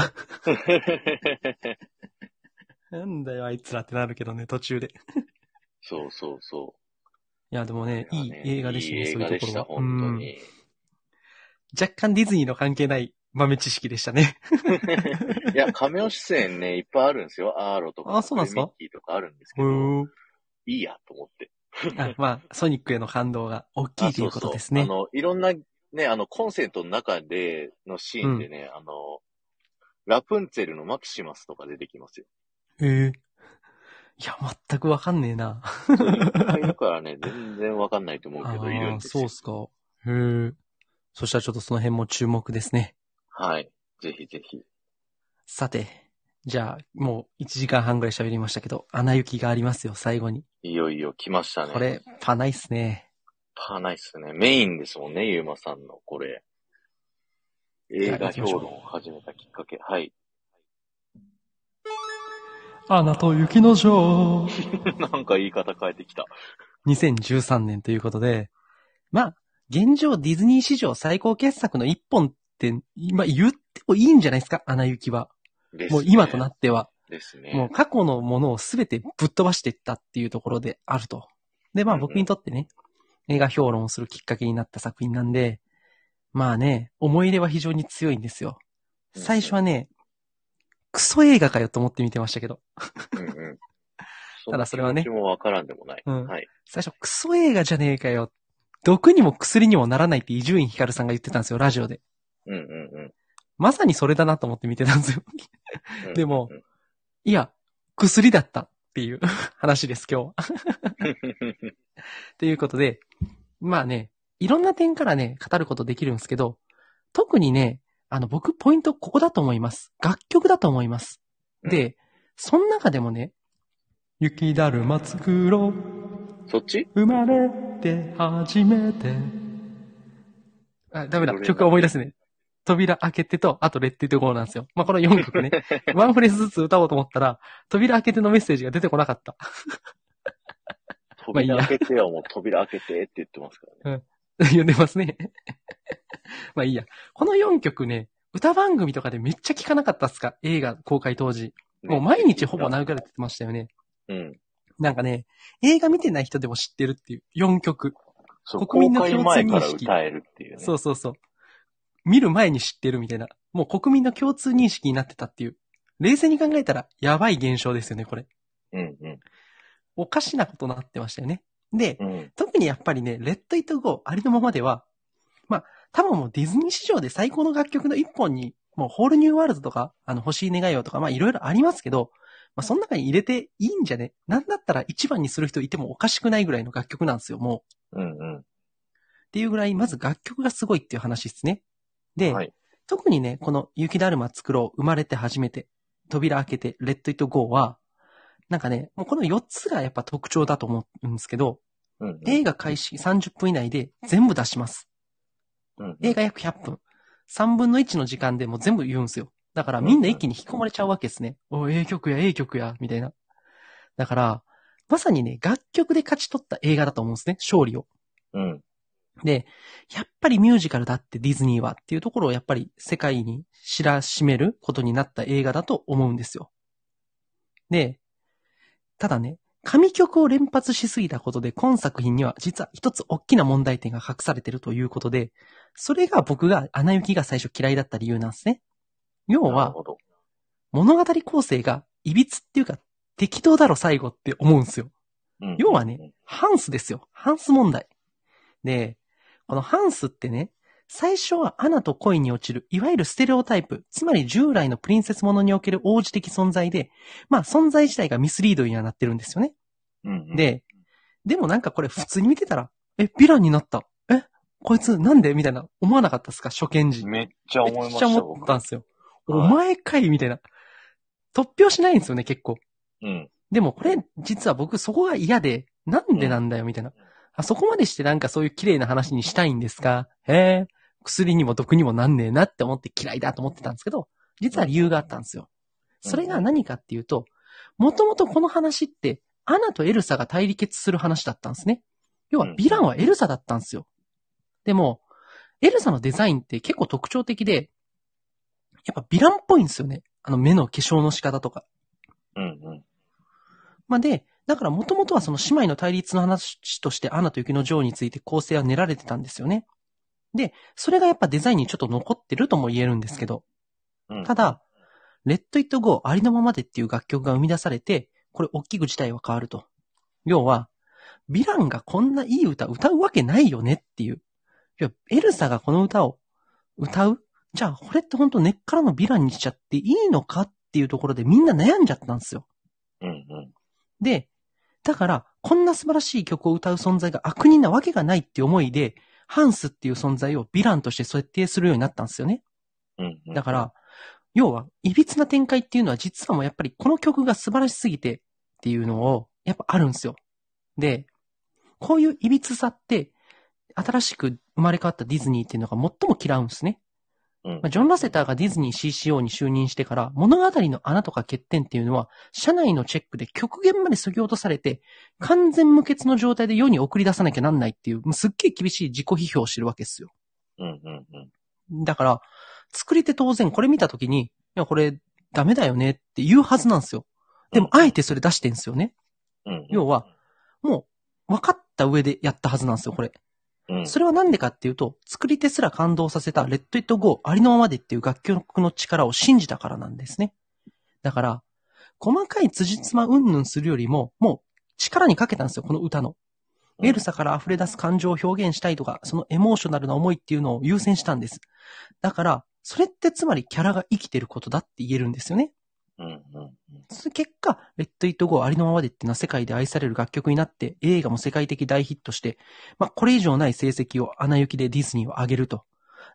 なんだよ、あいつらってなるけどね、途中で。 そうそうそう。 いや、でもね、いい映画でしたね、そういうところは。 本当に。 若干ディズニーの関係ない豆知識でしたね。 いや、カメオ出演ね、いっぱいあるんですよ。アーロとか、 あ、そうなんですか？ ミッキーとかあるんですけど、いいやと思って。 まあ、ソニックへの感動が大きいということですね。 いろんな、ね、コンセントの中でのシーンでね、ラプンツェルのマキシマスとか出てきますよ。 へえ。いや、全くわかんねえな。 いるからね、全然わかんないと思うけど、いるんですよ。 そうっすか。へえ。そしたらちょっとその辺も注目ですね。 はい。ぜひぜひ。 さて、じゃあ、もう1時間半ぐらい喋りましたけど、アナ雪がありますよ、最後に。 いよいよ来ましたね。 これ、パないっすね。 パないっすね。メインですもんね、ゆうまさんの、これ。映画評論を始めたきっかけ。はい。 アナと雪の女王。 なんか言い方変えてきた。 2013年ということで、まあ、現状ディズニー史上最高傑作の一本って、今言ってもいいんじゃないですか、アナ雪は。ですね、もう今となっては。ですね。もう過去のものをすべてぶっ飛ばしていったっていうところであると。で、まあ僕にとってね、映画評論をするきっかけになった作品なんで、まあね、思い入れは非常に強いんですよ。最初はね、クソ映画かよと思って見てましたけど。ただそれはね。 気持ちもわからんでもない。はい。 最初、クソ映画じゃねえかよ。毒にも薬にもならないって伊集院光さんが言ってたんですよ、ラジオで。まさにそれだなと思って見てたんですよ。でも、いや、薬だったっていう話です、今日は。ということで、まあね、いろんな点からね、語ることできるんですけど、特にね、 僕、ポイントここだと思います。楽曲だと思います。で、その中でもね、雪だるま作ろう。 そっち生まれて初めて。あ、ダメだ。曲思い出すね。扉開けてと、あとレッドイットゴーなんですよ。まあ、この4曲ね。ワンフレーズずつ歌おうと思ったら、扉開けてのメッセージが出てこなかった。 扉開けてよ、もう扉開けてって言ってますからね。 言ってますね。まあいいや。この4曲ね、歌番組とかでめっちゃ聞かなかったっすか？映画公開当時。もう毎日ほぼ流れてましたよね。 うん。 なんかね、映画見てない人でも知ってるっていう4曲。 そう、国民の共通認識。公開前から歌えるっていうね。 そうそうそう。見る前に知ってるみたいな。もう国民の共通認識になってたっていう。冷静に考えたらやばい現象ですよね、これ。 うんうん。 おかしなことになってましたよね。で、特にやっぱりね、レッド・イット・ゴーありのままでは、まあ、多分もうディズニー史上で最高の楽曲の一本に、もうホールニューワールドとか、欲しい願いをとか、まあいろいろありますけど、まあその中に入れていいんじゃね？なんだったら一番にする人いてもおかしくないぐらいの楽曲なんですよ、もう。うんうん。 っていうぐらい、まず楽曲がすごいっていう話ですね。で、はい、特にね、この雪だるま作ろう、生まれて初めて、扉開けて、レッド・イット・ゴーは、なんかね、もうこの4つがやっぱ特徴だと思うんですけど、映画開始30分以内で全部出します。映画約100分。3分の1の時間でもう全部言うんですよ。だからみんな一気に引き込まれちゃうわけですね。お、曲や、みたいな。だから、まさにね、楽曲で勝ち取った映画だと思うんですね、勝利を。で、やっぱりミュージカルだってディズニーはっていうところをやっぱり世界に知らしめることになった映画だと思うんですよ。で、ただね、神曲を連発しすぎたことで今作品には実は一つ大きな問題点が隠されているということで、それが僕がアナ雪が最初嫌いだった理由なんですね。要は、物語構成が歪っていうか適当だろ最後って思うんですよ。要はね、ハンスですよ。ハンス問題。で、このハンスってね、最初はアナと恋に落ちる、いわゆるステレオタイプ、つまり従来のプリンセスものにおける王子的存在で、まあ存在自体がミスリードにはなってるんですよね。でもなんかこれ普通に見てたら、ヴィランになった。こいつなんでみたいな思わなかったですか？初見時。 めっちゃ思いました。 めっちゃ思ったんですよ。お前かいみたいな。突拍しないんですよね、結構。でもこれ実は僕そこが嫌で、なんでなんだよみたいな。そこまでしてなんかそういう綺麗な話にしたいんですか？薬にも毒にもなんねえなって思って嫌いだと思ってたんですけど、実は理由があったんですよ。それが何かっていうと、もともとこの話って、アナとエルサが対立する話だったんですね。要は、ヴィランはエルサだったんですよ。でも、エルサのデザインって結構特徴的で、やっぱヴィランっぽいんですよね。目の化粧の仕方とか。まあ、で、だからもともとはその姉妹の対立の話としてアナと雪の女王について構成は練られてたんですよね。で、それがやっぱデザインにちょっと残ってるとも言えるんですけど、ただ、レッド・イット・ゴーありのままでっていう楽曲が生み出されて、これ大きく事態は変わると。要は、ヴィランがこんないい歌歌うわけないよねっていう。いや、エルサがこの歌を歌う？じゃあ、これって本当根っからのヴィランにしちゃっていいのかっていうところでみんな悩んじゃったんですよ。で、だから、こんな素晴らしい曲を歌う存在が悪人なわけがないっていう思いで、ハンスっていう存在をヴィランとして設定するようになったんですよね。だから、要は、歪な展開っていうのは実はもうやっぱりこの曲が素晴らしすぎてっていうのを、やっぱあるんですよ。で、こういう歪さって、新しく生まれ変わったディズニーっていうのが最も嫌うんですね。ジョン・ラセターがディズニー CCO に就任してから物語の穴とか欠点っていうのは社内のチェックで極限まで削ぎ落とされて完全無欠の状態で世に送り出さなきゃなんないっていうすっげえ厳しい自己批評をしてるわけですよ。だから作り手当然これ見たときにいやこれダメだよねって言うはずなんですよ。でもあえてそれ出してんですよね。要はもう分かった上でやったはずなんですよこれ。それはなんでかっていうと、作り手すら感動させたレッド・イット・ゴーありのままでっていう楽曲の力を信じたからなんですね。だから、細かい辻褄云々するよりも、もう力にかけたんですよ、この歌の。エルサから溢れ出す感情を表現したいとか、そのエモーショナルな思いっていうのを優先したんです。だから、それってつまりキャラが生きてることだって言えるんですよね。その結果、レッド・イット・ゴーありのままでっていうのは世界で愛される楽曲になって、映画も世界的大ヒットして、これ以上ない成績をアナ雪でディズニーは上げると。で、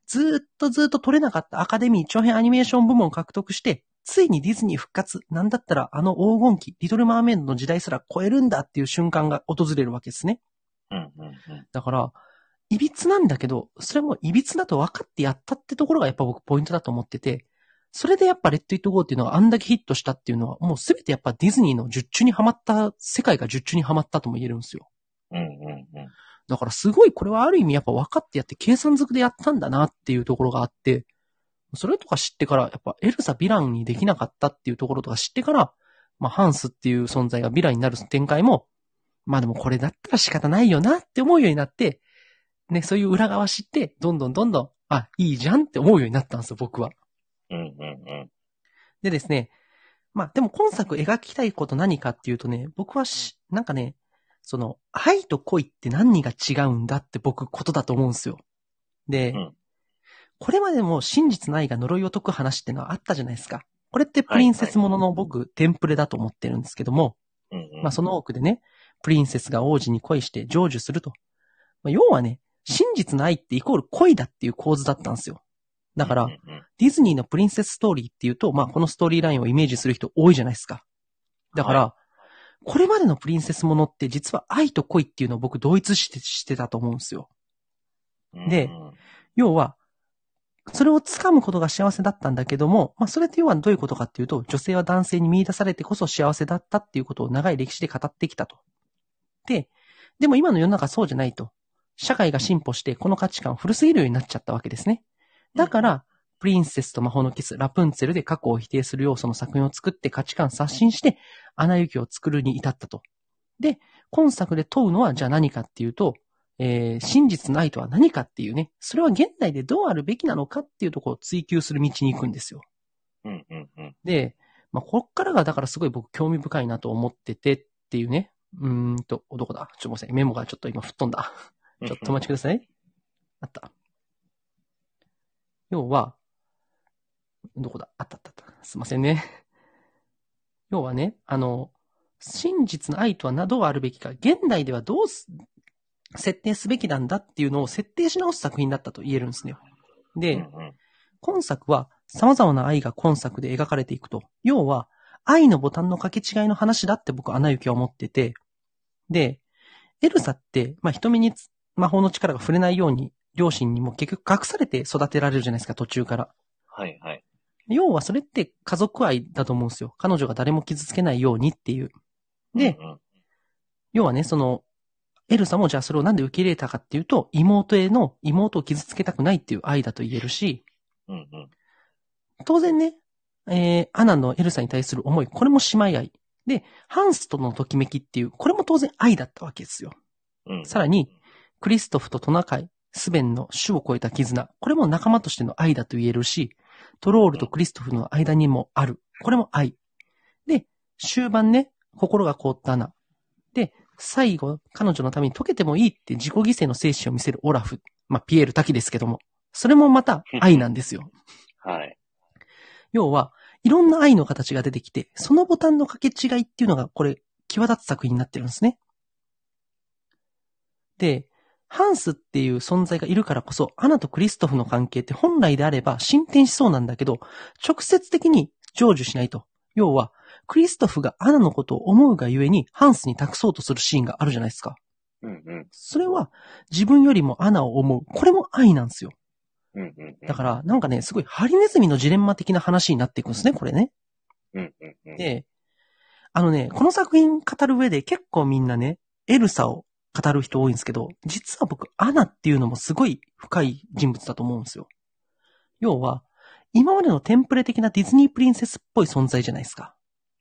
ずーっと取れなかったアカデミー長編アニメーション部門を獲得して、ついにディズニー復活、なんだったらあの黄金期、リトルマーメイドの時代すら超えるんだっていう瞬間が訪れるわけですね。だから、いびつなんだけど、それもいびつだと分かってやったってところがやっぱ僕ポイントだと思ってて、それでやっぱレッド・イット・ゴーっていうのがあんだけヒットしたっていうのは、もうすべてやっぱディズニーの術中にはまった、世界が術中にはまったとも言えるんですよ。だからすごいこれはある意味やっぱ分かってやって計算づくでやったんだなっていうところがあって、それとか知ってから、やっぱエルサヴィランにできなかったっていうところとか知ってから、ハンスっていう存在がヴィランになる展開も、でもこれだったら仕方ないよなって思うようになって、ね、そういう裏側知って、どんどん、いいじゃんって思うようになったんですよ、僕は。でですね、でも今作描きたいこと何かっていうとね、僕はなんかね、その、愛と恋って何が違うんだって僕ことだと思うんですよ。で、これまでも真実の愛が呪いを解く話ってのはあったじゃないですか。これってプリンセスものの僕、テンプレだと思ってるんですけども、その多くでね、プリンセスが王子に恋して成就すると。要はね、真実の愛ってイコール恋だっていう構図だったんですよ。だから、ディズニーのプリンセスストーリーっていうと、このストーリーラインをイメージする人多いじゃないですか。だから、これまでのプリンセスものって実は愛と恋っていうのを僕同一してたと思うんですよ。で、要は、それを掴むことが幸せだったんだけども、それって要はどういうことかっていうと、女性は男性に見出されてこそ幸せだったっていうことを長い歴史で語ってきたと。でも今の世の中そうじゃないと。社会が進歩してこの価値観古すぎるようになっちゃったわけですね。だから、プリンセスと魔法のキス、ラプンツェルで過去を否定する要素の作品を作って価値観刷新して、アナ雪を作るに至ったと。で、今作で問うのはじゃあ何かっていうと、真実の愛とは何かっていうね、それは現代でどうあるべきなのかっていうところを追求する道に行くんですよ。で、こっからがだからすごい僕興味深いなと思っててっていうね。どこだ？ちょっとごめんなさい。メモがちょっと今吹っ飛んだ。ちょっとお待ちください。あった。要は、どこだ？あった。すいませんね。要はね、真実の愛とはどうあるべきか、現代ではどう設定すべきなんだっていうのを設定し直す作品だったと言えるんですね。で、今作は様々な愛が今作で描かれていくと。要は、愛のボタンの掛け違いの話だって僕、アナ雪は思ってて。で、エルサって、人目に魔法の力が触れないように、両親にも結局隠されて育てられるじゃないですか、途中から。要はそれって家族愛だと思うんですよ。彼女が誰も傷つけないようにっていう。で、要はね、エルサもじゃあそれをなんで受け入れたかっていうと、妹を傷つけたくないっていう愛だと言えるし、当然ね、アナのエルサに対する思い、これも姉妹愛。で、ハンスとのときめきっていう、これも当然愛だったわけですよ。さらに、クリストフとトナカイ、スベンの種を超えた絆、これも仲間としての愛だと言えるし、トロールとクリストフの間にもある。これも愛。で、終盤ね、心が凍ったアナ。で、最後、彼女のために溶けてもいいって自己犠牲の精神を見せるオラフ。ピエール滝ですけども。それもまた愛なんですよ。要は、いろんな愛の形が出てきて、そのボタンの掛け違いっていうのが、これ、際立つ作品になってるんですね。で、ハンスっていう存在がいるからこそ、アナとクリストフの関係って本来であれば進展しそうなんだけど、直接的に成就しないと。要は、クリストフがアナのことを思うがゆえに、ハンスに託そうとするシーンがあるじゃないですか。それは、自分よりもアナを思う。これも愛なんですよ。だから、なんかね、すごいハリネズミのジレンマ的な話になっていくんですね、これね。で、この作品語る上で結構みんなね、エルサを語る人多いんですけど、実は僕、アナっていうのもすごい深い人物だと思うんですよ。要は、今までのテンプレ的なディズニープリンセスっぽい存在じゃないですか。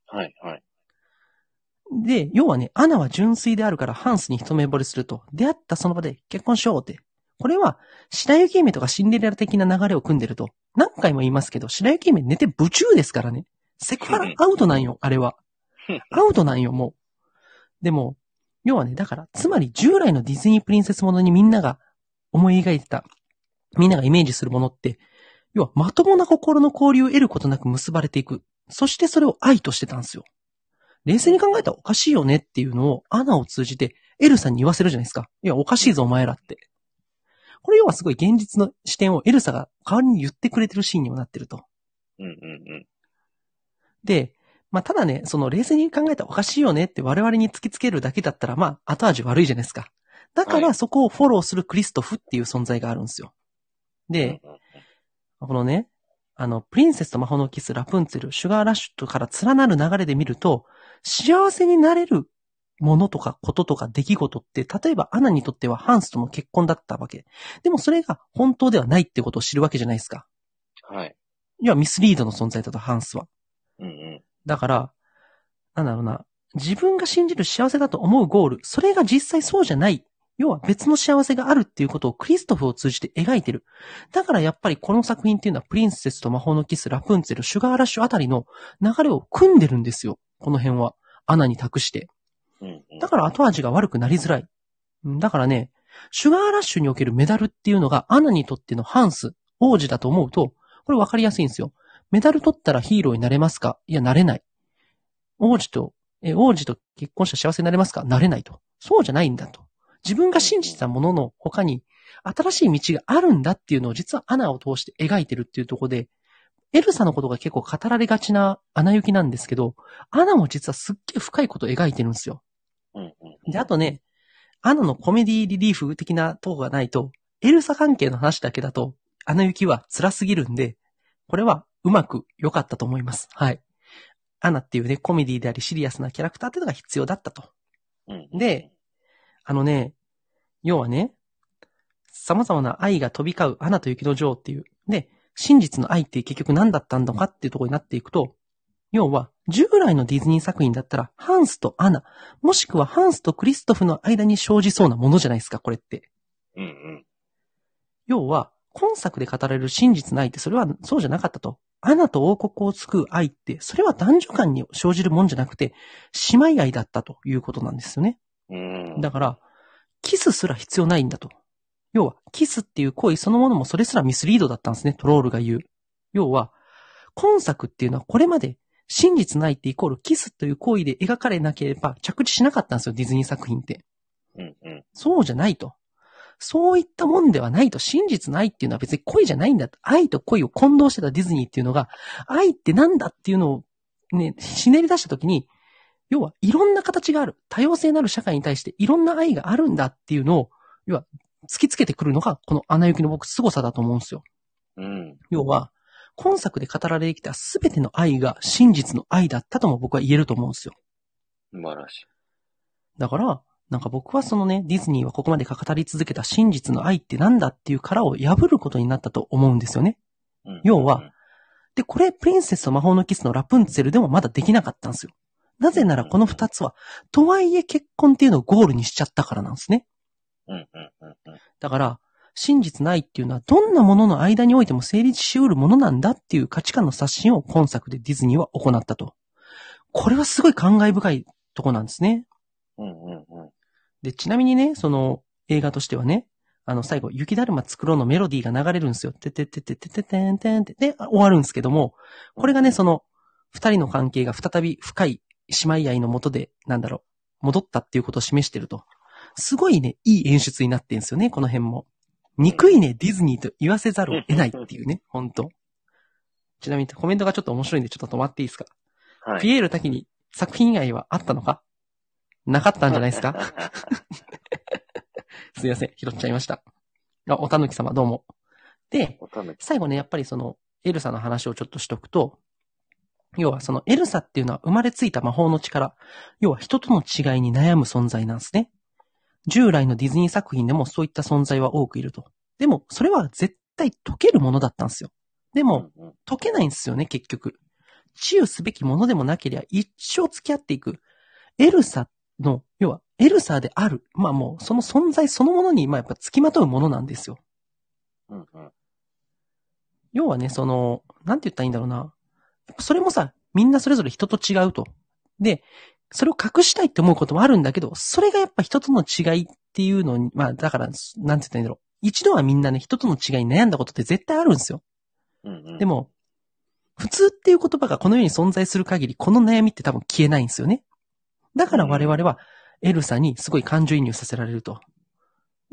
で、要はね、アナは純粋であるからハンスに一目惚れすると、出会ったその場で結婚しようって。これは、白雪姫とかシンデレラ的な流れを組んでると、何回も言いますけど、白雪姫寝てブチューですからね。セクハラアウトなんよ、あれは。アウトなんよ、もう。でも、要はね、だから、つまり従来のディズニープリンセスものにみんなが思い描いてた、みんながイメージするものって、要はまともな心の交流を得ることなく結ばれていく。そしてそれを愛としてたんですよ。冷静に考えたらおかしいよねっていうのをアナを通じてエルさんに言わせるじゃないですか。いや、おかしいぞお前らって。 これ要はすごい現実の視点をエルサが代わりに言ってくれてるシーンにもなってると。 うんうんうん。 で、まあただね、その冷静に考えたらおかしいよねって我々に突きつけるだけだったら、まあ後味悪いじゃないですか。だかはいらそこをフォローするクリストフっていう存在があるんですよ。で、 うんうんこのね、プリンセスと魔法のキス、ラプンツェル、シュガーラッシュとから連なる流れで見ると、幸せになれるものとかこととか出来事って、例えばアナにとってはハンスとの結婚だったわけ。でもそれが本当ではないってことを知るわけじゃないですか。 はい。 要はミスリードの存在だと、ハンスは。 うんうんだから、なんだろうな、自分が信じる幸せだと思うゴール、それが実際そうじゃない。要は別の幸せがあるっていうことをクリストフを通じて描いてる。だからやっぱりこの作品っていうのはプリンセスと魔法のキス、ラプンツェル、シュガーラッシュあたりの流れを組んでるんですよ。この辺は。アナに託して。 うんうん。 だから後味が悪くなりづらい。だからね、シュガーラッシュにおけるメダルっていうのがアナにとってのハンス、王子だと思うと、これ分かりやすいんですよ。メダル取ったらヒーローになれますか？いや、なれない。王子と結婚したら幸せになれますか？なれないと。そうじゃないんだと。自分が信じてたものの他に新しい道があるんだっていうのを実はアナを通して描いてるっていうところで、エルサのことが結構語られがちなアナ雪なんですけど、アナも実はすっげえ深いことを描いてるんですよ。 うんうん。 で、あとね、アナのコメディリリーフ的なとこがないと、エルサ関係の話だけだと、アナ雪は辛すぎるんで、これはうまく良かったと思います。はい。アナっていうね、コメディでありシリアスなキャラクターっていうのが必要だったと。 うんうん。 で、要はね、様々な愛が飛び交うアナと雪の女王っていう。で、真実の愛って結局何だったんだかっていうところになっていくと、要は、従来のディズニー作品だったら、ハンスとアナ、もしくはハンスとクリストフの間に生じそうなものじゃないですか、これって。 うんうん。 要は、今作で語られる真実の愛ってそれはそうじゃなかったと。アナと王国を救う愛って、それは男女間に生じるもんじゃなくて、姉妹愛だったということなんですよね。だから、キスすら必要ないんだと。要は、キスっていう行為そのものもそれすらミスリードだったんですね、トロールが言う。要は、今作っていうのはこれまで真実ないってイコールキスという行為で描かれなければ着地しなかったんですよ、ディズニー作品って。 うんうん。 そうじゃないと。そういったもんではないと。真実の愛っていうのは別に恋じゃないんだと。愛と恋を混同してたディズニーっていうのが、愛ってなんだっていうのをね、ひねり出したときに、要はいろんな形がある。多様性のある社会に対していろんな愛があるんだっていうのを、要は突きつけてくるのが、このアナ雪の僕凄さだと思うんですよ。 うん。 要は、今作で語られてきたすべての愛が真実の愛だったとも僕は言えると思うんですよ。 素晴らしい。 だから、なんか僕はそのね、ディズニーはここまで語り続けた真実の愛ってなんだっていう殻を破ることになったと思うんですよね。 うんうんうん。 要は、で、これ、プリンセスと魔法のキスのラプンツェルでもまだできなかったんですよ。なぜならこの二つは、とはいえ結婚っていうのをゴールにしちゃったからなんですね。 うんうんうんうん。 だから、真実ないっていうのはどんなものの間においても成立し得るものなんだっていう価値観の刷新を今作でディズニーは行ったと。これはすごい感慨深いとこなんですね。 うんうんうん。 で、ちなみにね、その映画としてはね、最後、雪だるま作ろうのメロディーが流れるんですよ。てててててててんてんてで、終わるんですけども、これがね、その、二人の関係が再び深い姉妹愛のもとで、戻ったっていうことを示してると。すごいね、いい演出になってんですよね、この辺も。憎いね、ディズニーと言わせざるを得ないっていうね、ほんと。ちなみにコメントがちょっと面白いんでちょっと止まっていいですか？ はい。 ピエール滝に作品以外はあったのか？なかったんじゃないですか？すいません、拾っちゃいました。おたぬき様どうも。で、最後ね、やっぱりその、エルサの話をちょっとしとくと、要はそのエルサっていうのは生まれついた魔法の力、要は人との違いに悩む存在なんですね。従来のディズニー作品でもそういった存在は多くいると。でも、それは絶対解けるものだったんですよ。でも、解けないんですよね、結局。治癒すべきものでもなければ一生付き合っていく。エルサの、要は、エルサである。まあもう、その存在そのものに、まあやっぱ付きまとうものなんですよ。 うんうん。 要はね、その、なんて言ったらいいんだろうな。それもさ、みんなそれぞれ人と違うと。で、それを隠したいって思うこともあるんだけど、それがやっぱ人との違いっていうのに、まあだから、なんて言ったらいいんだろう。一度はみんなね、人との違いに悩んだことって絶対あるんですよ。 うんうん、 でも、普通っていう言葉がこの世に存在する限り、この悩みって多分消えないんですよね。だから我々はエルサにすごい感情移入させられると。で、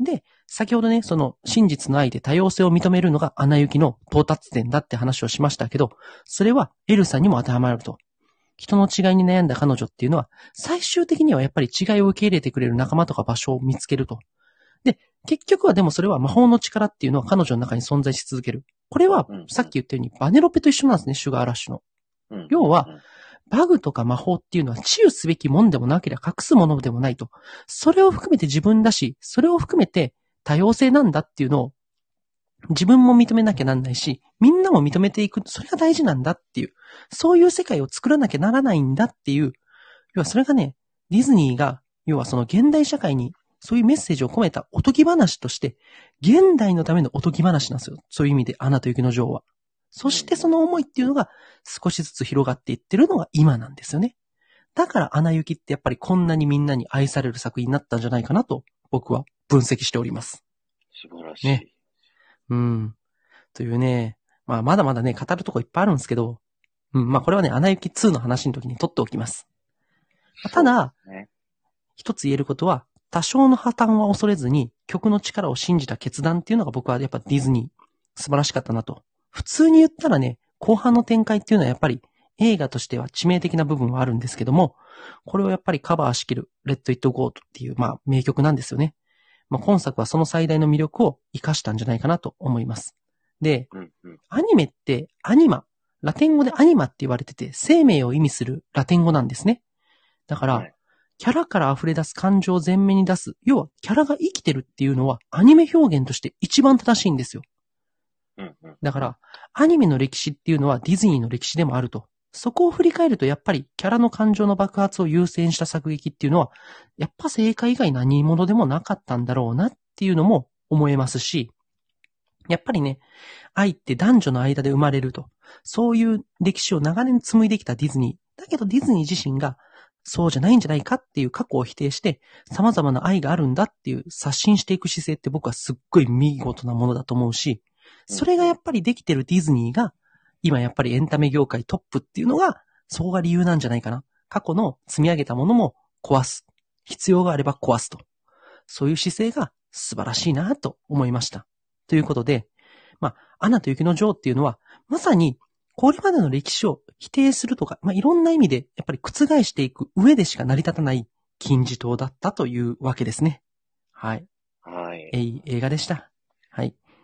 先ほどね、その真実の愛で多様性を認めるのがアナ雪の到達点だって話をしましたけど、それはエルサにも当てはまると。人の違いに悩んだ彼女っていうのは、最終的にはやっぱり違いを受け入れてくれる仲間とか場所を見つけると。で、結局はでもそれは魔法の力っていうのは彼女の中に存在し続ける。これは、さっき言ったようにバネロペと一緒なんですね、シュガーラッシュの。要は、バグとか魔法っていうのは治癒すべきもんでもなければ隠すものでもないと。それを含めて自分だし、それを含めて多様性なんだっていうのを自分も認めなきゃなんないし、みんなも認めていく、それが大事なんだっていう、そういう世界を作らなきゃならないんだっていう、要はそれがね、ディズニーが、要はその現代社会にそういうメッセージを込めたおとぎ話として、現代のためのおとぎ話なんですよ。そういう意味で、アナと雪の女王は。そしてその思いっていうのが少しずつ広がっていってるのが今なんですよね。だからアナ雪ってやっぱりこんなにみんなに愛される作品になったんじゃないかなと僕は分析しております。 素晴らしい。 ね。というね、まあまだまだね、語るとこいっぱいあるんですけど、まあこれはね、アナ雪2の話の時に取っておきます。ただ、一つ言えることは、多少の破綻は恐れずに曲の力を信じた決断っていうのが僕はやっぱディズニー素晴らしかったなと。普通に言ったらね、後半の展開っていうのはやっぱり映画としては致命的な部分はあるんですけども、これをやっぱりカバーしきる Let It Go っていうまあ名曲なんですよね。まあ今作はその最大の魅力を生かしたんじゃないかなと思います。で、アニメってアニマ、ラテン語でアニマって言われてて生命を意味するラテン語なんですね。だから、キャラから溢れ出す感情を前面に出す。要は、キャラが生きてるっていうのは、アニメ表現として一番正しいんですよ。だから、アニメの歴史っていうのはディズニーの歴史でもあると。そこを振り返ると、やっぱり、キャラの感情の爆発を優先した作劇っていうのは、やっぱ正解以外何者でもなかったんだろうなっていうのも思えますし、やっぱりね、愛って男女の間で生まれると。そういう歴史を長年紡いできたディズニー。だけどディズニー自身が、そうじゃないんじゃないかっていう過去を否定して、様々な愛があるんだっていう刷新していく姿勢って僕はすっごい見事なものだと思うし、それがやっぱりできてるディズニーが、今やっぱりエンタメ業界トップっていうのが、そこが理由なんじゃないかな。過去の積み上げたものも壊す。必要があれば壊すと。そういう姿勢が素晴らしいなと思いました。ということで、アナと雪の女王っていうのは、まさに、これまでの歴史を否定するとか、いろんな意味でやっぱり覆していく上でしか成り立たない金字塔だったというわけですね。はい。 はい。 いい映画でした。はい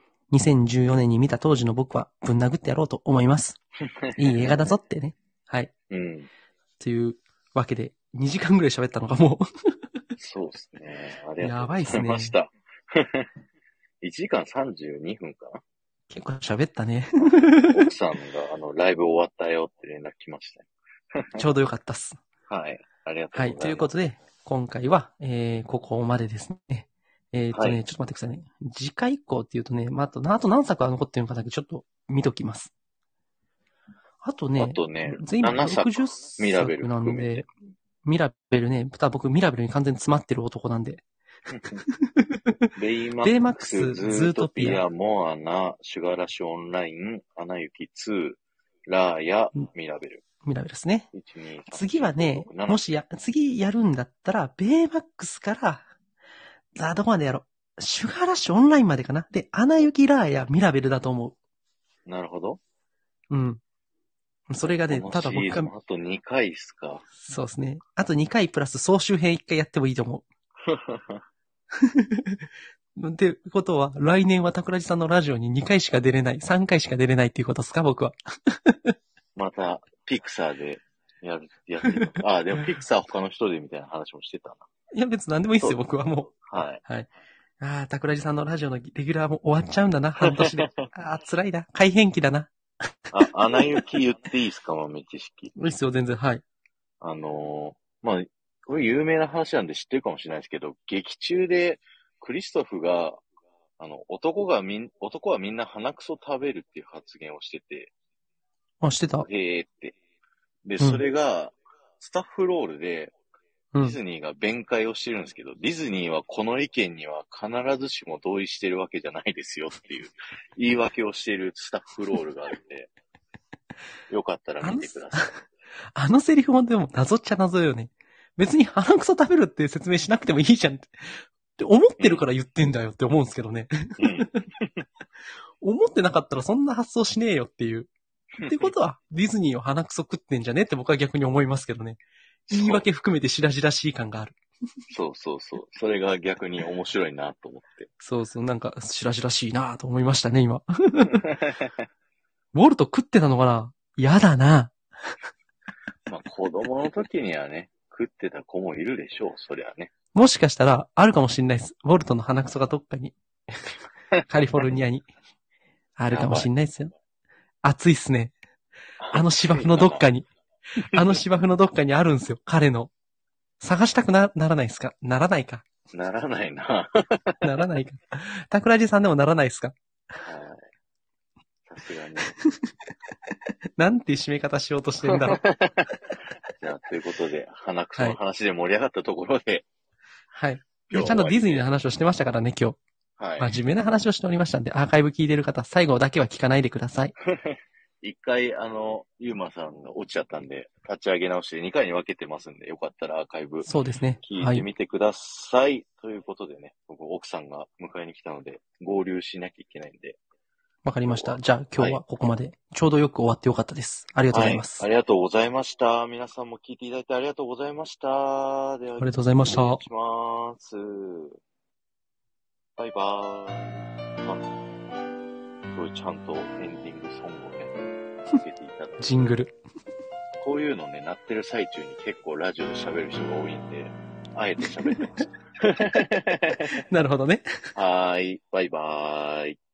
。2014年に見た当時の僕はぶん殴ってやろうと思います。いい映画だぞってね。はい。というわけで、2時間ぐらい喋ったのがもう。 そうですね。ありがとうございました。 やばいっすね。 1時間32分かな。 結構喋ったね。 奥さんがライブ終わったよって連絡来ましたね。 ちょうどよかったっす。 はい。ありがとうございます。 はい。ということで、今回は、ここまでですね。ちょっと待ってくださいね。次回以降っていうとね、あと何作は残ってるのかだけちょっと見ときます。あとね、全部60作なんで、ミラベルね、僕ミラベルに完全に詰まってる男なんで。 ベイマックス、ズートピア、モアナ、シュガーラッシュオンライン、アナ雪2、ラーヤ、ミラベル。 ミラベルですね。次はね、もし次やるんだったら、ベイマックスから、どこまでやろう。シュガーラッシュオンラインまでかな。で、アナ雪ラーヤ、ミラベルだと思う。なるほど。 それがね、ただ僕が。 あと2回っすか。 そうですね。あと2回プラス総集編1回やってもいいと思う。ってことは、来年は桜地さんのラジオに2回しか出れない、3回しか出れないっていうことですか、僕は。 また、ピクサーでやってる。でもピクサー他の人でみたいな話もしてたな。 いや、別に何でもいいですよ、僕はもう。はい。 はい。桜地さんのラジオのレギュラーも終わっちゃうんだな、半年で。辛いな。改変期だな。 アナ雪言っていいですか、豆知識。 いいっすよ、全然、はい。 これ有名な話なんで知ってるかもしれないですけど、劇中でクリストフが、男はみんな鼻くそ食べるっていう発言をしてて。 してた。 って。で、それが、スタッフロールで、ディズニーが弁解をしてるんですけど、ディズニーはこの意見には必ずしも同意してるわけじゃないですよっていう言い訳をしているスタッフロールがあるんで、よかったら見てください。 セリフもでも謎っちゃ謎よね。別に鼻くそ食べるって説明しなくてもいいじゃんってって思ってるから言ってんだよって思うんですけどね。 うん。 思ってなかったらそんな発想しねえよっていう。ってことは、ディズニーを鼻くそ食ってんじゃねって僕は逆に思いますけどね。言い訳含めて白々しい感がある。 そうそうそう。それが逆に面白いなと思って。 そうそう、なんか白々しいなと思いましたね、今。ウォルト食ってたのかな？やだな。 まあ子供の時にはね、食ってた子もいるでしょう、そりゃね。 もしかしたら、あるかもしれないです。ウォルトの鼻くそがどっかに、カリフォルニアに、あるかもしれないですよ。暑いっすね。あの芝生のどっかに、あの芝生のどっかにあるんですよ、彼の。探したくならないですか？ならないか。 ならないな。 ならないか。桜地さんでもならないですか？ はい。さすがに。 なんて締め方しようとしてんだろう。 じゃあ、ということで、鼻くその話で盛り上がったところで、 はい。 今日ちゃんとディズニーの話。 話をしてましたからね、今日。 はい。 真面目な話をしておりましたんで、アーカイブ聞いてる方、最後だけは聞かないでください。 一回、ゆうまさんが落ちちゃったんで、立ち上げ直して2回に分けてますんで、よかったらアーカイブそうですね。 聞いてはい。 みてください。ということでね、僕、奥さんが迎えに来たので、合流しなきゃいけないんで。 わかりました。じゃあ今日はここまで。ちょうどよく終わってよかったです。ありがとうございます。 はい。ありがとうございました。皆さんも聞いていただいてありがとうございました。では、 ありがとうございました。 失礼します。バイバーイ。すごいちゃんとエンディングソングをね、つけていただいて。 ジングル。 こういうのね、鳴ってる最中に結構ラジオで喋る人が多いんで、あえて喋ってます。 なるほどね。 はーい、バイバーイ。